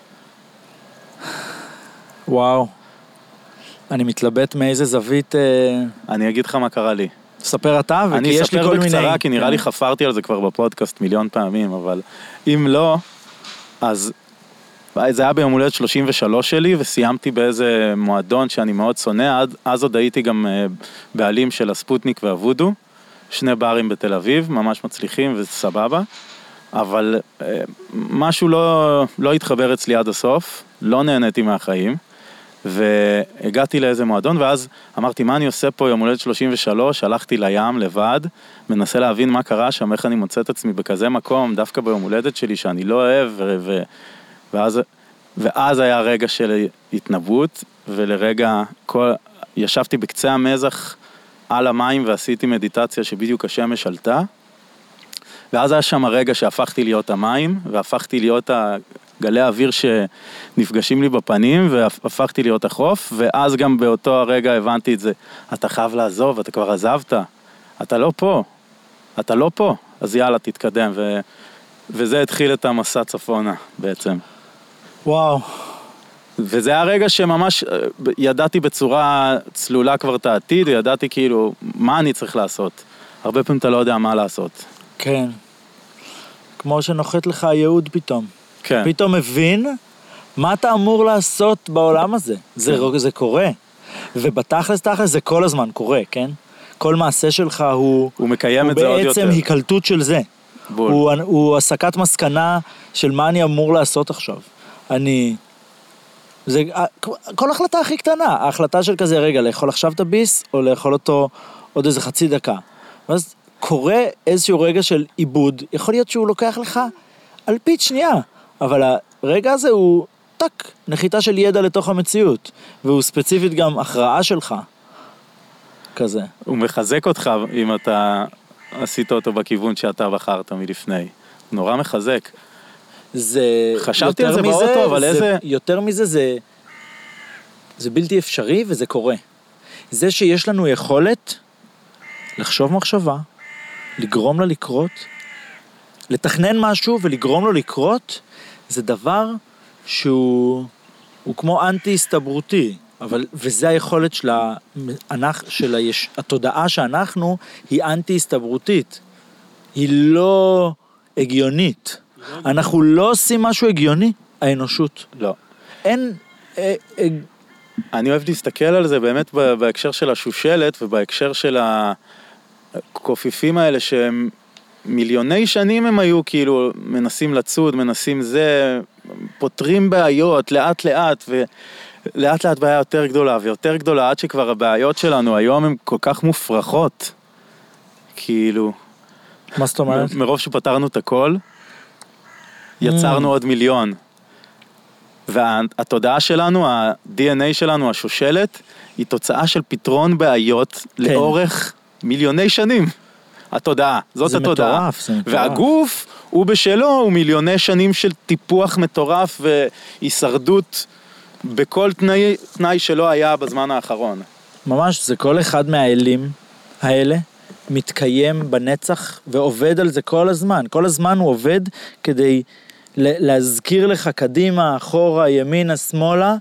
וואו. אני מתלבט מאיזה זווית... אני אגיד לך מה קרה לי. ספר אתה, וכי יש לי כל מיני... אני אספר בקצרה, כי נראה לי חפרתי על זה כבר בפודקאסט מיליון פעמים, אבל אם לא, אז זה היה ביום הולדת שלושים ושלוש שלי, וסיימתי באיזה מועדון שאני מאוד שונא, אז עוד הייתי גם בעלים של הספוטניק והוודו, שני ברים בתל אביב, ממש מצליחים וסבבה, אבל משהו לא, לא התחבר אצלי עד הסוף, לא נהניתי מהחיים, והגעתי לאיזה מועדון, ואז אמרתי, מה אני עושה פה יום הולדת שלושים ושלוש, הלכתי לים לבד, מנסה להבין מה קרה שם, איך אני מוצא את עצמי בכזה מקום, דווקא ביום הולדת שלי שאני לא אוהב, ו... ואז ואז היה רגע של התנבאות, ולרגע כל, ישבתי בקצה המזח על המים ועשיתי מדיטציה שבדיוק השמש עלתה, ואז היה שם הרגע שהפכתי להיות המים, והפכתי להיות גלי האוויר שנפגשים לי בפנים, והפכתי להיות החוף, ואז גם באותו הרגע הבנתי את זה, אתה חייב לעזוב, אתה כבר עזבת, אתה לא פה, אתה לא פה, אז יאללה תתקדם, ו... וזה התחיל את המסע צפונה בעצם. וואו. וזה היה רגע שממש ידעתי בצורה צלולה כבר את העתיד, וידעתי כאילו מה אני צריך לעשות. הרבה פעמים אתה לא יודע מה לעשות. כן. כמו שנוחת לך הייעוד פתאום. כן. פתאום מבין מה אתה אמור לעשות בעולם הזה. זה, זה קורה. ובתכלס תכלס זה כל הזמן קורה, כן? כל מעשה שלך הוא... הוא מקיים הוא את זה עוד יותר. הוא בעצם היקלטות של זה. בול. הוא, הוא הסקת מסקנה של מה אני אמור לעשות עכשיו. אני... זה, כל החלטה הכי קטנה, ההחלטה של כזה, רגע, לאכול עכשיו את הביס, או לאכול אותו עוד איזה חצי דקה. ואז קורה איזשהו רגע של עיבוד, יכול להיות שהוא לוקח לך על פית שנייה, אבל הרגע הזה הוא, טק, נחיתה של ידע לתוך המציאות, והוא ספציפית גם הכרעה שלך, כזה. הוא מחזק אותך אם אתה עשית אותו בכיוון שאתה בחרת מלפני. נורא מחזק. זה חשבתי על זה באוטו, אבל זה, איזה... יותר מזה זה, זה בלתי אפשרי וזה קורה. זה שיש לנו יכולת לחשוב מחשבה, לגרום לה לקרות, לתכנן משהו ולגרום לו לקרות, זה דבר שהוא הוא כמו אנטי-הסתברותי, אבל, וזה היכולת של, האנך, של היש, התודעה שאנחנו היא אנטי-הסתברותית. היא לא הגיונית. אנחנו לא עושים משהו הגיוני, האנושות. לא. אין... אה, אה, אני אוהב להסתכל על זה באמת בהקשר של השושלת ובהקשר של הקופיפים האלה שהם מיליוני שנים הם היו כאילו מנסים לצוד, מנסים זה, פותרים בעיות לאט לאט ולאט לאט בעיה יותר גדולה ויותר גדולה עד שכבר הבעיות שלנו היום הן כל כך מופרכות. כאילו... מה זאת אומרת? מרוב שפתרנו את הכל, יצרנו עוד מיליון. והתודעה שלנו, ה-די אן איי שלנו, השושלת, היא תוצאה של פתרון בעיות לאורך מיליוני שנים. התודעה, זאת התודעה. מטורף, זה מטורף. והגוף הוא בשלו, הוא מיליוני שנים של טיפוח מטורף והישרדות בכל תנאי, תנאי שלא היה בזמן האחרון. ממש, זה כל אחד מהאלים האלה מתקיים בנצח ועובד על זה כל הזמן. כל הזמן הוא עובד כדי להזכיר לך קדימה, אחורה, ימינה, שמאלה,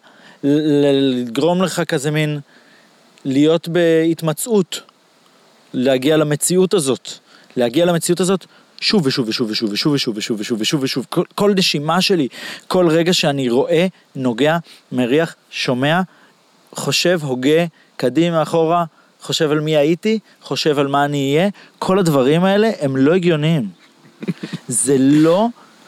לגרום לך כזה מין להיות בהתמצאות, להגיע למציאות הזאת, להגיע למציאות הזאת שוב ושוב ושוב ושוב ושוב ושוב ושוב ושוב ושוב ושוב. כל, כל נשימה שלי, כל רגע שאני רואה, נוגע, מריח, שומע, חושב, הוגה, קדימה, אחורה, חושב על מי הייתי, חושב על מה אני אהיה, כל הדברים האלה הם לא הגיוניים. זה לא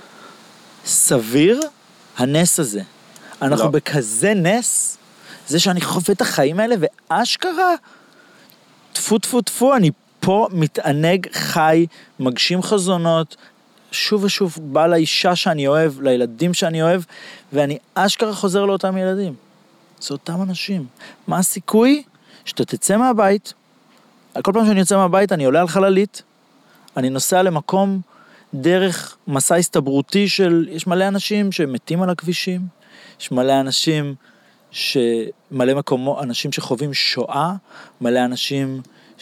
סביר הנס הזה. אנחנו לא. בכזה נס, זה שאני חווה את החיים האלה, ואשכרה, תפו תפו תפו, אני פה מתענג חי, מגשים חזונות, שוב ושוב בא לאישה שאני אוהב, לילדים שאני אוהב, ואני אשכרה חוזר לאותם ילדים. זה אותם אנשים. מה הסיכוי? שאתה תצא מהבית, כל פעם שאני יוצא מהבית אני עולה על חללית, אני נוסע למקום דרך מסע הסתברותי של, יש מלא אנשים שמתים על הכבישים, יש מלא אנשים שמלא מקומו, אנשים שחווים שואה, מלא אנשים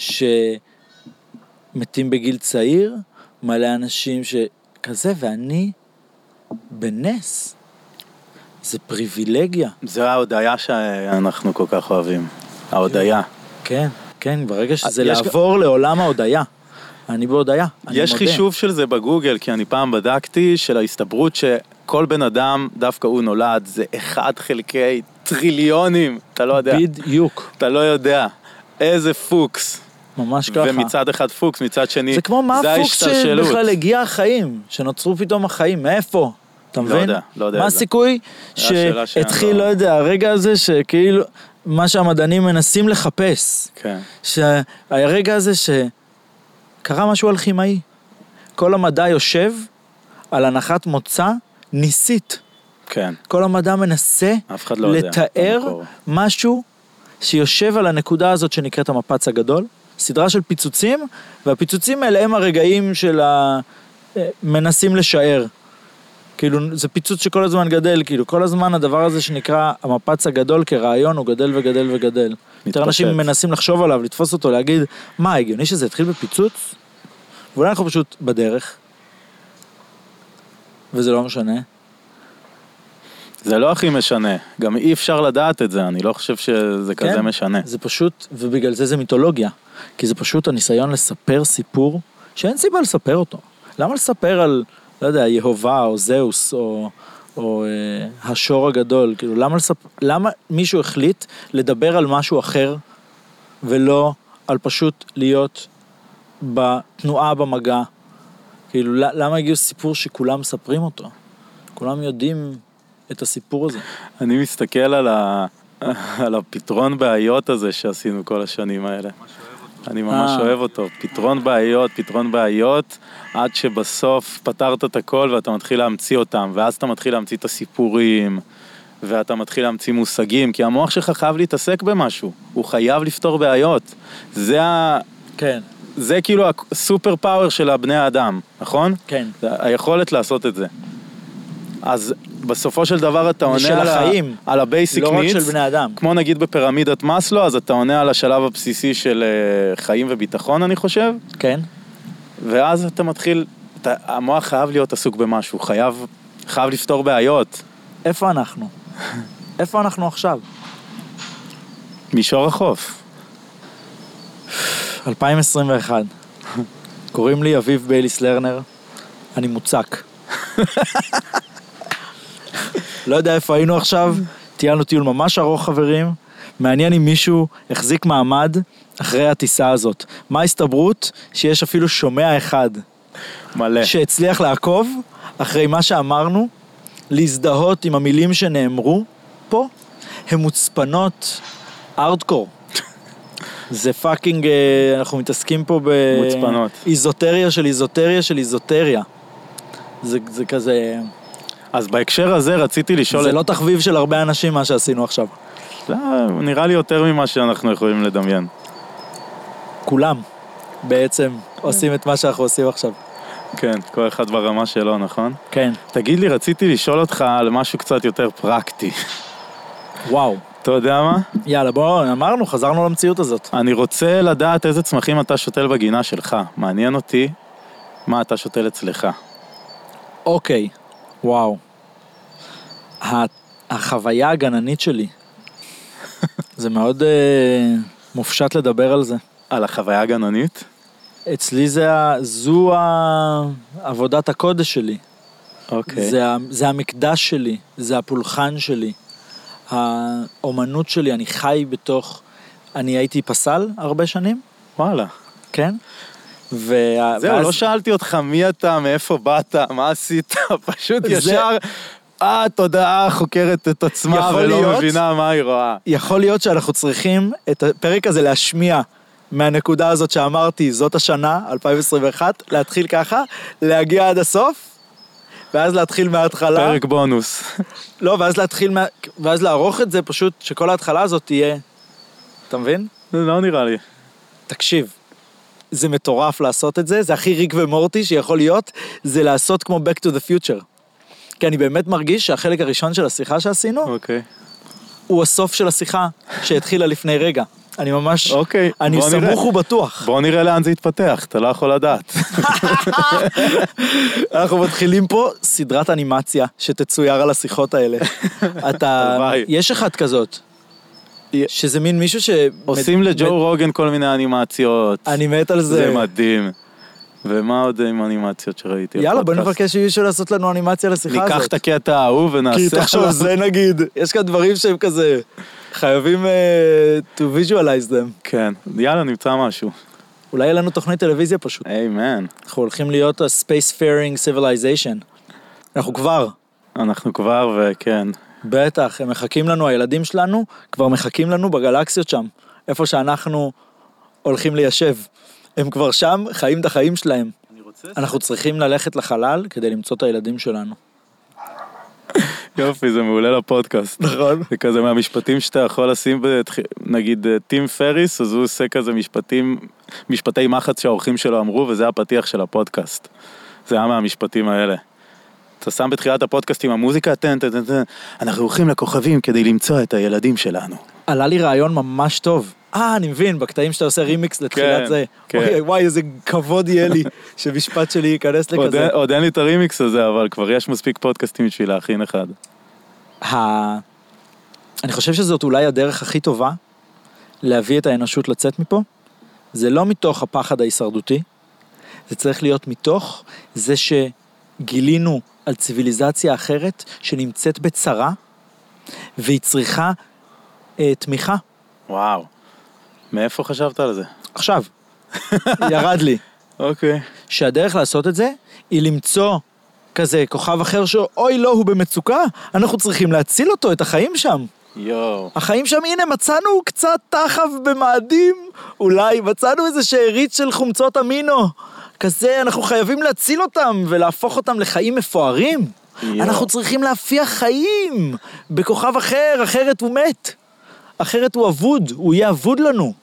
שמתים בגיל צעיר, מלא אנשים שכזה, ואני בנס. זה פריבילגיה. זו ההודעה שאנחנו כל כך אוהבים. ההודעה. כן, כן, ברגע שזה לעבור לעולם ההודעה. אני בהודעה, אני יש מודה. חישוב של זה בגוגל, כי אני פעם בדקתי של ההסתברות שכל בן אדם, דווקא הוא נולד, זה אחד חלקי טריליונים, אתה לא יודע. בדיוק. אתה לא יודע. איזה פוקס. ממש ככה. ומצד אחד פוקס, מצד שני, זה כמו מה הפוקס שבכלל הגיע החיים, שנוצרו פתאום החיים, מאיפה? אתה מבין? לא יודע, לא יודע. מה הסיכוי שהתחיל, לא יודע, הרגע הזה שכאילו, מה שהמדענים מנסים לחפש. כן. שהרגע הזה שקרה משהו אלכימאי. כל המדע יושב על הנחת מוצא ניסית. כן. כל המדע מנסה אף אחד לא יודע. לתאר במקור. משהו שיושב על הנקודה הזאת שנקראת המפץ הגדול, סדרה של פיצוצים, והפיצוצים האלה הם הרגעים של ה... מנסים לשער. כאילו, זה פיצוץ שכל הזמן גדל, כאילו, כל הזמן הדבר הזה שנקרא המפץ הגדול כרעיון, הוא גדל וגדל וגדל. יותר אנשים מנסים לחשוב עליו, לתפוס אותו, להגיד, מה, הגיוני שזה התחיל בפיצוץ? ואולי אנחנו פשוט בדרך, וזה לא משנה. זה לא הכי משנה, גם אי אפשר לדעת את זה, אני לא חושב שזה כן, כזה משנה. זה פשוט, ובגלל זה זה מיתולוגיה, כי זה פשוט הניסיון לספר סיפור, שאין סיבה לספר אותו. למה לספר על, לא יודע, יהובה או זהוס או, או אה, השור הגדול, כאילו, למה, לספ... למה מישהו החליט לדבר על משהו אחר, ולא על פשוט להיות בתנועה במגע, כאילו, למה הגיעו סיפור שכולם מספרים אותו? כולם יודעים את הסיפור הזה. אני מסתכל על, ה... על הפתרון בעיות הזה שעשינו כל השנים האלה. אני ממש אוהב אותו. פתרון בעיות, פתרון בעיות, עד שבסוף פתרת את הכל ואתה מתחיל להמציא אותם, ואז אתה מתחיל להמציא את הסיפורים, ואתה מתחיל להמציא מושגים, כי המוח שלך חייב להתעסק במשהו, הוא חייב לפתור בעיות. זה ה... כן. זה כאילו הסופר פאוור של הבני האדם, נכון? כן. היכולת לעשות את זה. אז בסופו של דבר אתה עונה על, החיים, על הבייסיק לא נידס, רק של בני אדם. כמו נגיד בפירמידת מאסלו, אז אתה עונה על השלב הבסיסי של חיים וביטחון, אני חושב. כן. ואז אתה מתחיל, אתה, המוח חייב להיות עסוק במשהו, חייב, חייב לפתור בעיות. איפה אנחנו? איפה אנחנו עכשיו? מישור החוף. אלפיים עשרים ואחת. קוראים לי אביב בייליס לרנר. אני מוצק. לא יודע איפה היינו עכשיו, טיילנו טיול ממש ארוך חברים, מעניין אם מישהו החזיק מעמד אחרי הטיסה הזאת. מה ההסתברות? שיש אפילו שומע אחד. מלא. שהצליח לעקוב אחרי מה שאמרנו, להזדהות עם המילים שנאמרו פה, הם מוצפנות ארדקור. זה פאקינג, אנחנו מתעסקים פה מוצפנות. באיזוטריה של איזוטריה של איזוטריה. זה, זה כזה... אז בהקשר הזה רציתי לשאול... זה את... לא תחביב של הרבה אנשים מה שעשינו עכשיו. לא, נראה לי יותר ממה שאנחנו יכולים לדמיין. כולם בעצם עושים את מה שאנחנו עושים עכשיו. כן, כל אחד ברמה שלו, נכון? כן. תגיד לי, רציתי לשאול אותך על משהו קצת יותר פרקטי. וואו. אתה יודע מה? יאללה, בואו, אמרנו, חזרנו למציאות הזאת. אני רוצה לדעת איזה צמחים אתה שותל בגינה שלך. מעניין אותי מה אתה שותל אצלך. אוקיי, וואו. החוויה הגננית שלי, זה מאוד אה, מופשט לדבר על זה. על החוויה הגננית? אצלי זה, זו עבודת הקודש שלי. אוקיי. זה, זה המקדש שלי, זה הפולחן שלי. האומנות שלי, אני חי בתוך, אני הייתי פסל הרבה שנים. וואלה. כן. ו... זהו, ואז... לא שאלתי אותך מי אתה, מאיפה באת, מה עשית, פשוט זה... ישר, אה, תודעה חוקרת את עצמה ולא להיות... מבינה מה היא רואה. יכול להיות שאנחנו צריכים את הפרק הזה להשמיע מהנקודה הזאת שאמרתי, זאת השנה, אלפיים עשרים ואחת, להתחיל ככה, להגיע עד הסוף, ואז להתחיל מההתחלה. פרק בונוס. לא, ואז להתחיל, מה... ואז לערוך את זה פשוט, שכל ההתחלה הזאת תהיה, אתה מבין? זה לא נראה לי. תקשיב. זה מטורף לעשות את זה, זה הכי ריק ומורטי שיכול להיות, זה לעשות כמו Back to the Future. כי אני באמת מרגיש שהחלק הראשון של השיחה שעשינו, אוקיי. הוא הסוף של השיחה שהתחילה לפני רגע. אני ממש, אוקיי, אני סמוך ובטוח. בוא נראה לאן זה יתפתח, אתה לא יכול לדעת. אנחנו מתחילים פה סדרת אנימציה שתצויר על השיחות האלה. אתה, יש אחד כזאת. שזה מין מישהו ש... עושים לג'ו רוגן כל מיני אנימציות. אני מת על זה. זה מדהים. ומה עוד עם אנימציות שראיתי? יאללה, בוא נבקש מישהו לעשות לנו אנימציה לשיחה הזאת. ניקח את הקטע ההוא ונעשה... כי תחשוב, זה נגיד, יש כאן דברים שהם כזה, חייבים to visualize them. כן, יאללה, נמצא משהו. אולי יהיה לנו תוכנית טלוויזיה פשוט. איימן. אנחנו הולכים להיות ה-space-faring civilization. אנחנו כבר. אנחנו כבר, וכן. בטח, הם מחכים לנו, הילדים שלנו כבר מחכים לנו בגלקסיות שם, איפה שאנחנו הולכים ליישב. הם כבר שם, חיים את החיים שלהם. אנחנו צריכים ללכת לחלל כדי למצוא את הילדים שלנו. יופי, זה מעולה לפודקאסט. נכון. זה כזה מהמשפטים שאתה יכול לשים, נגיד, טים פריס, אז הוא עושה כזה משפטים, משפטי מחץ שהאורחים שלו אמרו, וזה הפתיח של הפודקאסט. זה היה מהמשפטים האלה. אתה שם בתחילת הפודקאסט עם המוזיקה, תן, תן, תן, תן. אנחנו הולכים לכוכבים כדי למצוא את הילדים שלנו. עלה לי רעיון ממש טוב. אה, אני מבין, בקטעים שאתה עושה רימיקס לתחילת כן, זה. כן. וואי, וואי, איזה כבוד יהיה לי שמשפט שלי ייכנס לכזה. עוד, עוד אין לי את הרימיקס הזה, אבל כבר יש מספיק פודקאסטים בשביל להכין אחד. ה... אני חושב שזאת אולי הדרך הכי טובה להביא את האנושות לצאת מפה. זה לא מתוך הפחד ההישרדותי, זה צריך להיות מתוך זה שגילינו על ציוויליזציה אחרת שנמצאת בצרה, והיא צריכה אה, תמיכה. וואו, מאיפה חשבת על זה? עכשיו, ירד לי. אוקיי. שהדרך לעשות את זה היא למצוא כזה כוכב אחר שאוי לא, הוא במצוקה, אנחנו צריכים להציל אותו, את החיים שם. יואו. החיים שם, הנה, מצאנו קצת תחב במאדים, אולי מצאנו איזה שארית של חומצות אמינו, כזה, אנחנו חייבים להציל אותם ולהפוך אותם לחיים מפוארים. יו. אנחנו צריכים להפיח חיים בכוכב אחר, אחרת הוא מת. אחרת הוא אבוד, הוא יהיה אבוד לנו.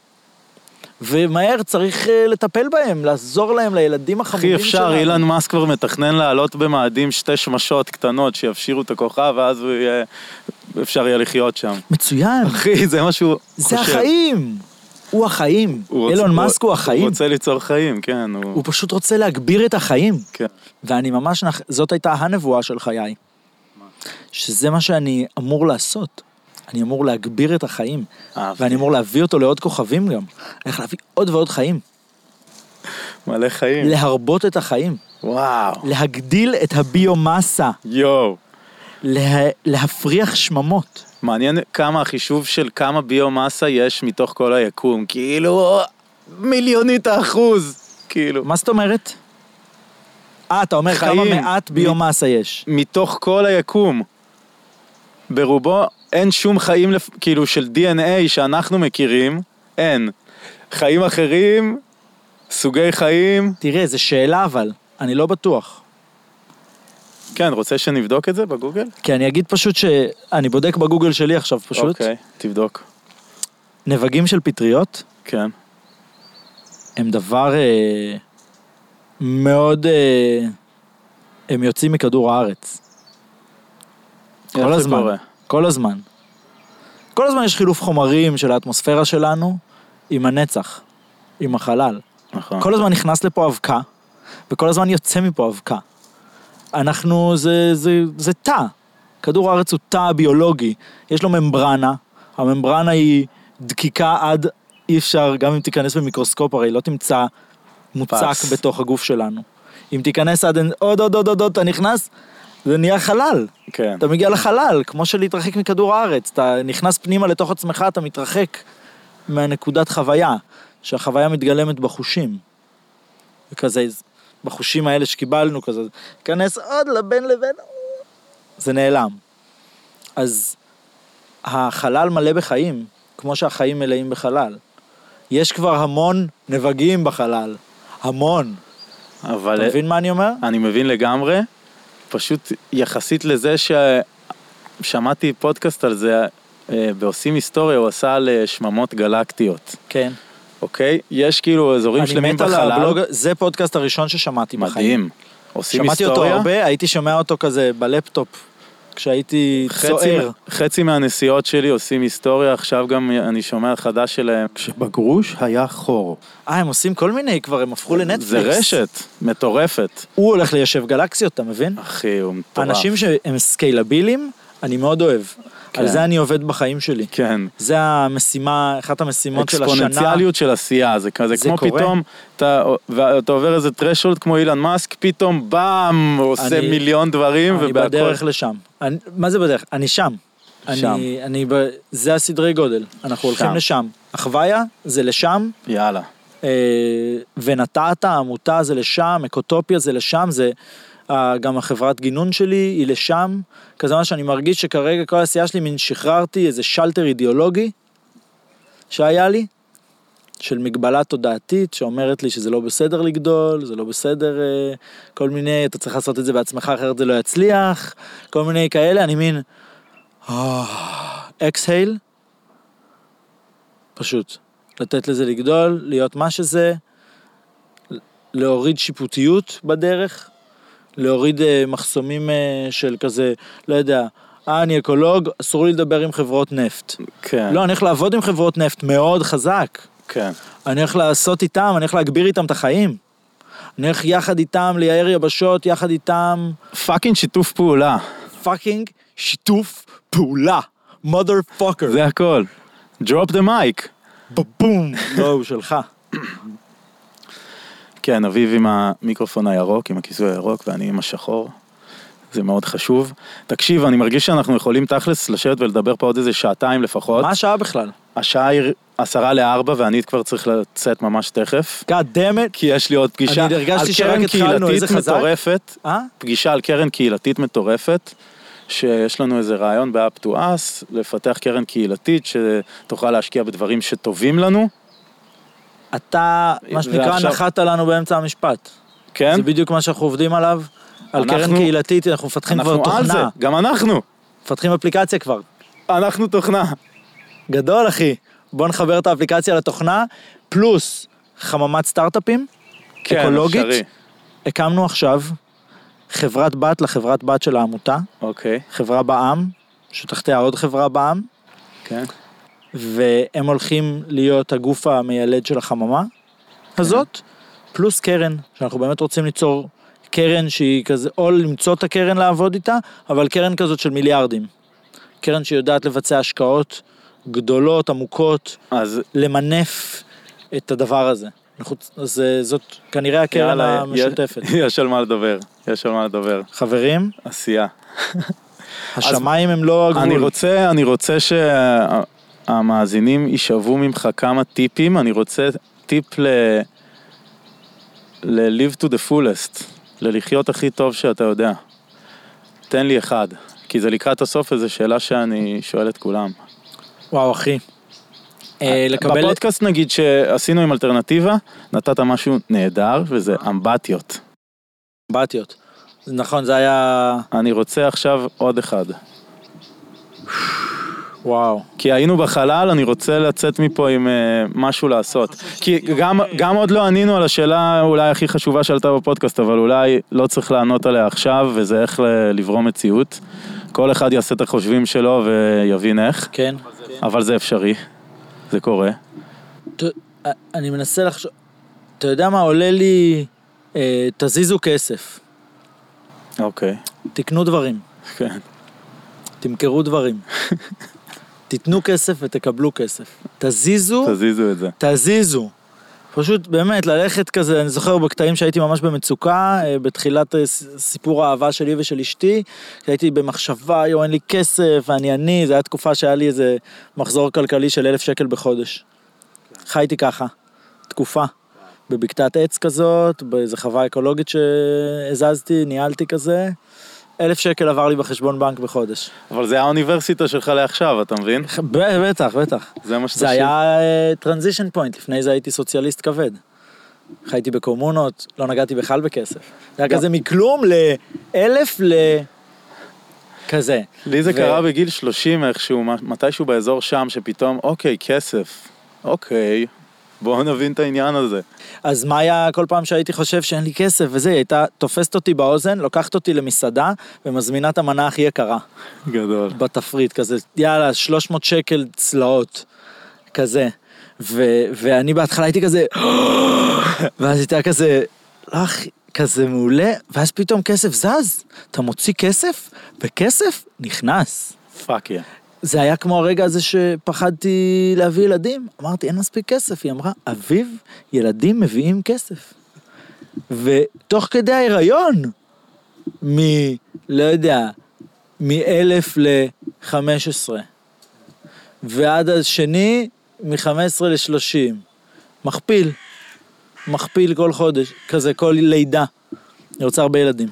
ומהר צריך לטפל בהם, לעזור להם, לילדים החמודים שלנו. הכי אפשר, אילן מאסק כבר מתכנן לעלות במאדים שתי שמשות קטנות שיפשירו את הכוכב, ואז הוא יהיה, אפשר יהיה לחיות שם. מצוין. אחי, זה משהו זה חושב. החיים. הוא החיים. הוא אילון רוצה, מאסק הוא החיים. הוא רוצה ליצור חיים, כן. הוא, הוא פשוט רוצה להגביר את החיים. כן. ואני ממש, זאת הייתה הנבואה של חיי. מה? שזה מה שאני אמור לעשות. אני אמור להגביר את החיים, ואני אמור להביא אותו לעוד כוכבים גם. אני יכול להביא עוד ועוד חיים. מלא חיים. להרבות את החיים. וואו. להגדיל את הביומסה. יואו. לה, להפריח שממות. מעניין כמה החישוב של כמה ביומסה יש מתוך כל היקום. כאילו, מיליונית האחוז. כאילו. מה זאת אומרת? אה, אתה אומר חיים, כמה מעט ביומסה מ- יש. מתוך כל היקום. ברובו אין שום חיים, לפ... כאילו של די אן איי שאנחנו מכירים, אין. חיים אחרים, סוגי חיים. תראה, זו שאלה אבל, אני לא בטוח. כן, רוצה שנבדוק את זה בגוגל? כי אני אגיד פשוט שאני בודק בגוגל שלי עכשיו פשוט. אוקיי, תבדוק. נבגים של פטריות. כן. הם דבר אה, מאוד, אה, הם יוצאים מכדור הארץ. כל הזמן. כל הזמן. כל הזמן יש חילוף חומרים של האטמוספירה שלנו עם הנצח, עם החלל. נכון. כל הזמן נכנס לפה אבקה, וכל הזמן יוצא מפה אבקה. אנחנו, זה, זה, זה תא. כדור הארץ הוא תא ביולוגי. יש לו ממברנה, הממברנה היא דקיקה עד אי אפשר, גם אם תיכנס במיקרוסקופ, הרי לא תמצא מוצק פס. בתוך הגוף שלנו. אם תיכנס עד עוד עוד עוד עוד, עוד אתה נכנס, זה נהיה חלל. כן. אתה מגיע לחלל, כמו שלהתרחק מכדור הארץ. אתה נכנס פנימה לתוך עצמך, אתה מתרחק מהנקודת חוויה, שהחוויה מתגלמת בחושים. וכזה, בחושים האלה שקיבלנו, כזה, כנס עוד לבין לבין, זה נעלם. אז החלל מלא בחיים, כמו שהחיים מלאים בחלל. יש כבר המון נבגים בחלל. המון. אבל... אתה מבין מה אני אומר? אני מבין לגמרי. פשוט יחסית לזה ששמעתי פודקאסט על זה, בעושים היסטוריה, הוא עשה על שממות גלקטיות. כן. אוקיי? יש כאילו אזורים שלמים בחלל. הבלוג, זה פודקאסט הראשון ששמעתי בחיים. מדהים. עושים שמעתי היסטוריה. אותו הרבה, הייתי שומע אותו כזה בלפטופ, כשהייתי צוער. חצי מהנסיעות שלי עושים היסטוריה, עכשיו גם אני שומע חדש שלהם. כשבגרוש היה חור. אה, הם עושים כל מיני, כבר הם הפכו לנטפליקס. זה רשת, מטורפת. הוא הולך ליישב גלקסיות, אתה מבין? אחי, הוא מטורף. אנשים שהם סקיילבילים, אני מאוד אוהב. כן. על זה אני עובד בחיים שלי. כן. זה המשימה, אחת המשימות של השנה. אקספוננציאליות של עשייה, זה כזה, כמו קורה. פתאום, אתה, אתה עובר איזה טרשולד כמו אילן מאסק, פתאום באם, עושה אני, מיליון דברים. אני ובהכל... בדרך לשם. אני, מה זה בדרך? אני שם. שם. אני, אני ב... זה הסדרי גודל. אנחנו שם. הולכים לשם. החוויה זה לשם. יאללה. אה, ונטעת, העמותה זה לשם, אקוטופיה זה לשם, זה... גם החברת גינון שלי היא לשם, כזה מה שאני מרגיש שכרגע כל העשייה שלי מן שחררתי איזה שלטר אידיאולוגי שהיה לי, של מגבלה תודעתית, שאומרת לי שזה לא בסדר לגדול, זה לא בסדר, כל מיני, אתה צריך לעשות את זה בעצמך, אחרת זה לא יצליח, כל מיני כאלה, אני מין, אקסהייל, פשוט, לתת לזה לגדול, להיות מה שזה, להוריד שיפוטיות בדרך, להוריד מחסומים של כזה, לא יודע, אה, אני אקולוג, אסור לי לדבר עם חברות נפט. כן. לא, אני הולך לעבוד עם חברות נפט מאוד חזק. כן. אני הולך לעשות איתם, אני הולך להגביר איתם את החיים. אני הולך יחד איתם, ליער יבשות, יחד איתם... פאקינג שיתוף פעולה. פאקינג שיתוף פעולה. motherfucker. זה הכל. drop the mic. בבום. לא, הוא שלך. כן, אביב עם המיקרופון הירוק, עם הכיסוי הירוק, ואני עם השחור. זה מאוד חשוב. תקשיב, אני מרגיש שאנחנו יכולים תכלס לשבת ולדבר פה עוד איזה שעתיים לפחות. מה השעה בכלל? השעה היא עשרה לארבע, ואני כבר צריך לצאת ממש תכף. God damn it. כי יש לי עוד פגישה. אני הרגשתי שרק התחלנו, איזה חזק. מטורפת, אה? פגישה על קרן קהילתית מטורפת, שיש לנו איזה רעיון ב-up to us, לפתח קרן קהילתית שתוכל להשקיע בדברים שטובים לנו. אתה, מה שנקרא, ועכשיו... נחת לנו באמצע המשפט. כן? זה בדיוק מה שאנחנו עובדים עליו. על אנחנו... קרן קהילתית, אנחנו מפתחים כבר תוכנה. אנחנו על זה, גם אנחנו. מפתחים אפליקציה כבר. אנחנו תוכנה. גדול, אחי. בוא נחבר את האפליקציה לתוכנה, פלוס חממת סטארט-אפים, כן, אקולוגית. אפשרי. הקמנו עכשיו חברת בת לחברת בת של העמותה. אוקיי. חברה בעם, שתחתיה עוד חברה בעם. כן. והם הולכים להיות הגוף המיילד של החממה הזאת, פלוס קרן, שאנחנו באמת רוצים ליצור קרן שהיא כזה, או למצוא את הקרן לעבוד איתה, אבל קרן כזאת של מיליארדים. קרן שיודעת לבצע השקעות גדולות, עמוקות, אז... למנף את הדבר הזה. אז זאת כנראה הקרן יאללה, המשותפת. יש על מה לדבר, יש על מה לדבר. חברים, עשייה. השמיים הם לא הגבול. אני רוצה, אני רוצה שהמאזינים יישבו ממך כמה טיפים, אני רוצה טיפ ל... ל-live to the fullest, ללחיות הכי טוב שאתה יודע. תן לי אחד, כי זה לקראת הסוף איזו שאלה שאני שואל את כולם. וואו, אחי. לקבל... בפודקאסט נגיד שעשינו עם אלטרנטיבה, נתת משהו נהדר, וזה אמבטיות. אמבטיות. נכון, זה היה... אני רוצה עכשיו עוד אחד. וואו. כי היינו בחלל, אני רוצה לצאת מפה עם uh, משהו לעשות. כי גם, גם עוד לא ענינו על השאלה אולי הכי חשובה שעלתה בפודקאסט, אבל אולי לא צריך לענות עליה עכשיו, וזה איך לברום מציאות. כל אחד יעשה את החושבים שלו ויבין איך. כן. אבל זה אפשרי. זה קורה. ת, אני מנסה לחשוב... אתה יודע מה עולה לי... אה, תזיזו כסף. אוקיי. תקנו דברים. כן. תמכרו דברים. תתנו כסף ותקבלו כסף. תזיזו. תזיזו את זה. תזיזו. פשוט באמת ללכת כזה, אני זוכר בקטעים שהייתי ממש במצוקה, בתחילת סיפור האהבה שלי ושל אשתי, שהייתי במחשבה, יו אין לי כסף, ואני אני, זו הייתה תקופה שהיה לי איזה מחזור כלכלי של אלף שקל בחודש. חייתי ככה, תקופה, בבקתת עץ כזאת, באיזו חווה אקולוגית שהזזתי, ניהלתי כזה, אלף שקל עבר לי בחשבון בנק בחודש. אבל זה האוניברסיטה שלך לעכשיו, אתה מבין? בטח, בטח. זה מה שתשיב. זה היה טרנזישן פוינט, לפני זה הייתי סוציאליסט כבד. חייתי בקומונות, לא נגעתי בכלל בכסף. זה היה כזה מכלום לאלף ל... כזה. לי זה קרה בגיל שלושים איכשהו, מתישהו באזור שם, שפתאום, אוקיי, כסף. אוקיי, בואו נבין את העניין הזה. אז מה היה כל פעם שהייתי חושב שאין לי כסף וזה, היא הייתה תופסת אותי באוזן, לוקחת אותי למסעדה, ומזמינה את המנה הכי יקרה. גדול. בתפריט, כזה, יאללה, שלוש מאות שקל צלעות, כזה. ו- ואני בהתחלה הייתי כזה, ואז הייתה כזה, לא אחי, כזה מעולה, ואז פתאום כסף זז, אתה מוציא כסף, וכסף נכנס. פאק יא. זה היה כמו הרגע הזה שפחדתי להביא ילדים. אמרתי, אין מספיק כסף. היא אמרה, אביב, ילדים מביאים כסף. ותוך כדי ההיריון, מ, לא יודע, מ-אלף ל-חמש עשרה. ועד השני, מ-חמש עשרה ל-שלושים. מכפיל. מכפיל כל חודש. כזה, כל לידה. אני רוצה הרבה ילדים.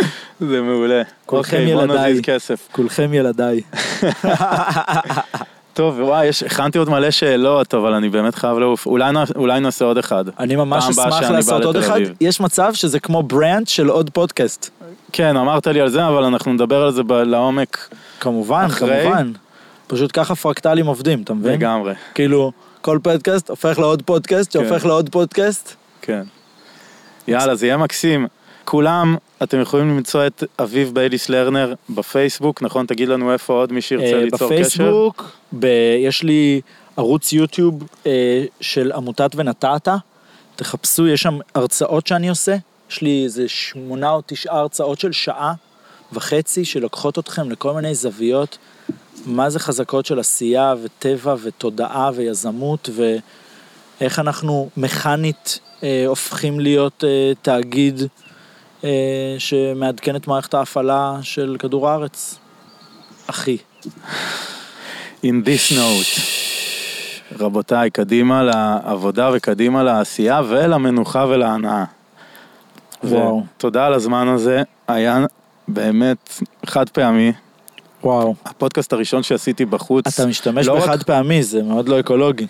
זה מעולה. כולכם אוקיי, ילדיי. בוא נזיז כסף. כולכם ילדיי. טוב, וואי, יש, הכנתי עוד מלא שאלות, אבל אני באמת חייב לעוף. אולי, אולי נעשה עוד אחד. אני ממש אשמח לעשות עוד אחד. יש מצב שזה כמו ברנד של עוד פודקאסט. כן, אמרת לי על זה, אבל אנחנו נדבר על זה לעומק. כמובן, אחרי. כמובן. פשוט ככה פרקטלים עובדים, אתה מבין? לגמרי. כאילו, כל פודקאסט הופך לעוד פודקאסט, שהופך לעוד פודקאסט. כן. יאללה, זה יהיה מקסים. כולם, אתם יכולים למצוא את אביב בייליס לרנר בפייסבוק, נכון? תגיד לנו איפה עוד מי שירצה ליצור קשר. בפייסבוק, יש לי ערוץ יוטיוב של עמותת ונתת, תחפשו, יש שם הרצאות שאני עושה, יש לי איזה שמונה או תשעה הרצאות של שעה וחצי, שלוקחות אתכם לכל מיני זוויות, מה זה חזקות של עשייה וטבע ותודעה ויזמות, ואיך אנחנו מכנית הופכים להיות תאגיד, שמעדכן את מערכת ההפעלה של כדור הארץ. אחי. In this note, רבותיי, קדימה לעבודה וקדימה לעשייה ולמנוחה ולהנאה. וואו. תודה על הזמן הזה, היה באמת חד פעמי. וואו. הפודקאסט הראשון שעשיתי בחוץ. אתה משתמש לא בחד רק... פעמי, זה מאוד לא אקולוגי.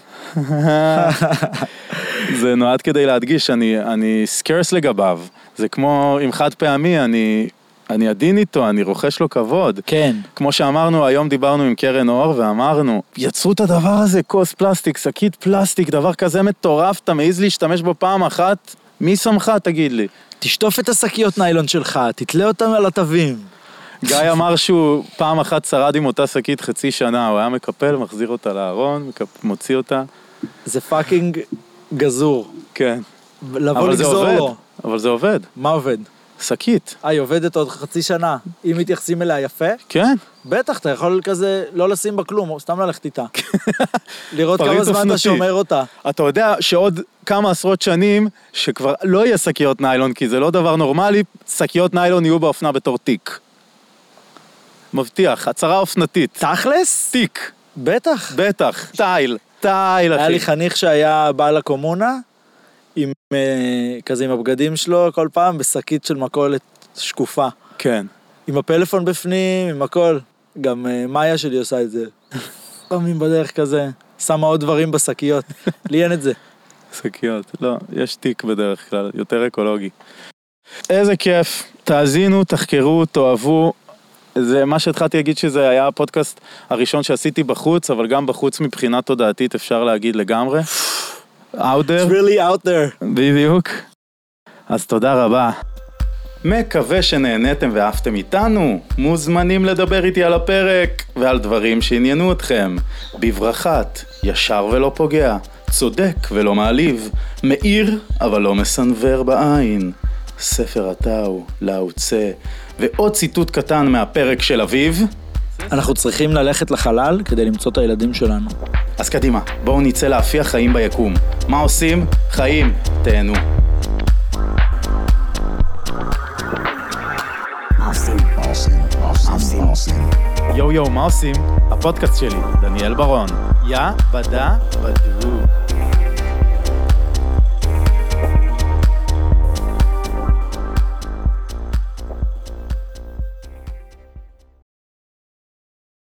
זה נועד כדי להדגיש, אני, אני סקרס לגביו. זה כמו עם חד פעמי, אני, אני עדין איתו, אני רוכש לו כבוד. כן. כמו שאמרנו, היום דיברנו עם קרן אור, ואמרנו, יצרו את הדבר הזה, כוס פלסטיק, שקית פלסטיק, דבר כזה מטורף, אתה מעיז להשתמש בו פעם אחת, מי שמך, תגיד לי? תשטוף את השקיות ניילון שלך, תתלה אותם על התווים. גיא אמר שהוא פעם אחת שרד עם אותה שקית חצי שנה, הוא היה מקפל, מחזיר אותה לארון, מוציא אותה. זה פאקינג גזור. כן. לבוא לגזור לו. אבל זה עובד. מה עובד? שקית. אה, היא עובדת עוד חצי שנה. אם מתייחסים אליה יפה? כן. בטח, אתה יכול כזה לא לשים בה כלום, סתם ללכת איתה. לראות כמה זמן אתה שומר אותה. אתה יודע שעוד כמה עשרות שנים, שכבר לא יהיה שקיות ניילון, כי זה לא דבר נורמלי, שקיות ניילון יהיו באופנה בתור תיק. מבטיח, הצהרה אופנתית. תכלס? תיק. בטח. בטח. טייל. טייל, אחי. היה לי חניך שהיה בעל הקומונה, עם, כזה עם הבגדים שלו כל פעם, בשקית של מקולת שקופה. כן. עם הפלאפון בפנים, עם הכל. גם מאיה שלי עושה את זה. פעמים בדרך כזה, שמה עוד דברים בשקיות. לי אין את זה. שקיות, לא, יש תיק בדרך כלל, יותר אקולוגי. איזה כיף. תאזינו, תחקרו, תאהבו. זה מה שהתחלתי להגיד שזה היה הפודקאסט הראשון שעשיתי בחוץ, אבל גם בחוץ מבחינה תודעתית אפשר להגיד לגמרי. Out there. It's really out there. בדיוק. אז תודה רבה. מקווה שנהנתם ואהבתם איתנו. מוזמנים לדבר איתי על הפרק ועל דברים שעניינו אתכם. בברכת, ישר ולא פוגע, צודק ולא מעליב, מאיר אבל לא מסנבר בעין. ספר הטאו, לאוצה, ועוד ציטוט קטן מהפרק של אביב. אנחנו צריכים ללכת לחלל כדי למצוא את הילדים שלנו. אז קדימה, בואו נצא להפיח חיים ביקום. מה עושים? חיים, תהנו. יו יו, מה עושים? הפודקאסט שלי, דניאל ברון. יא בדה בדו.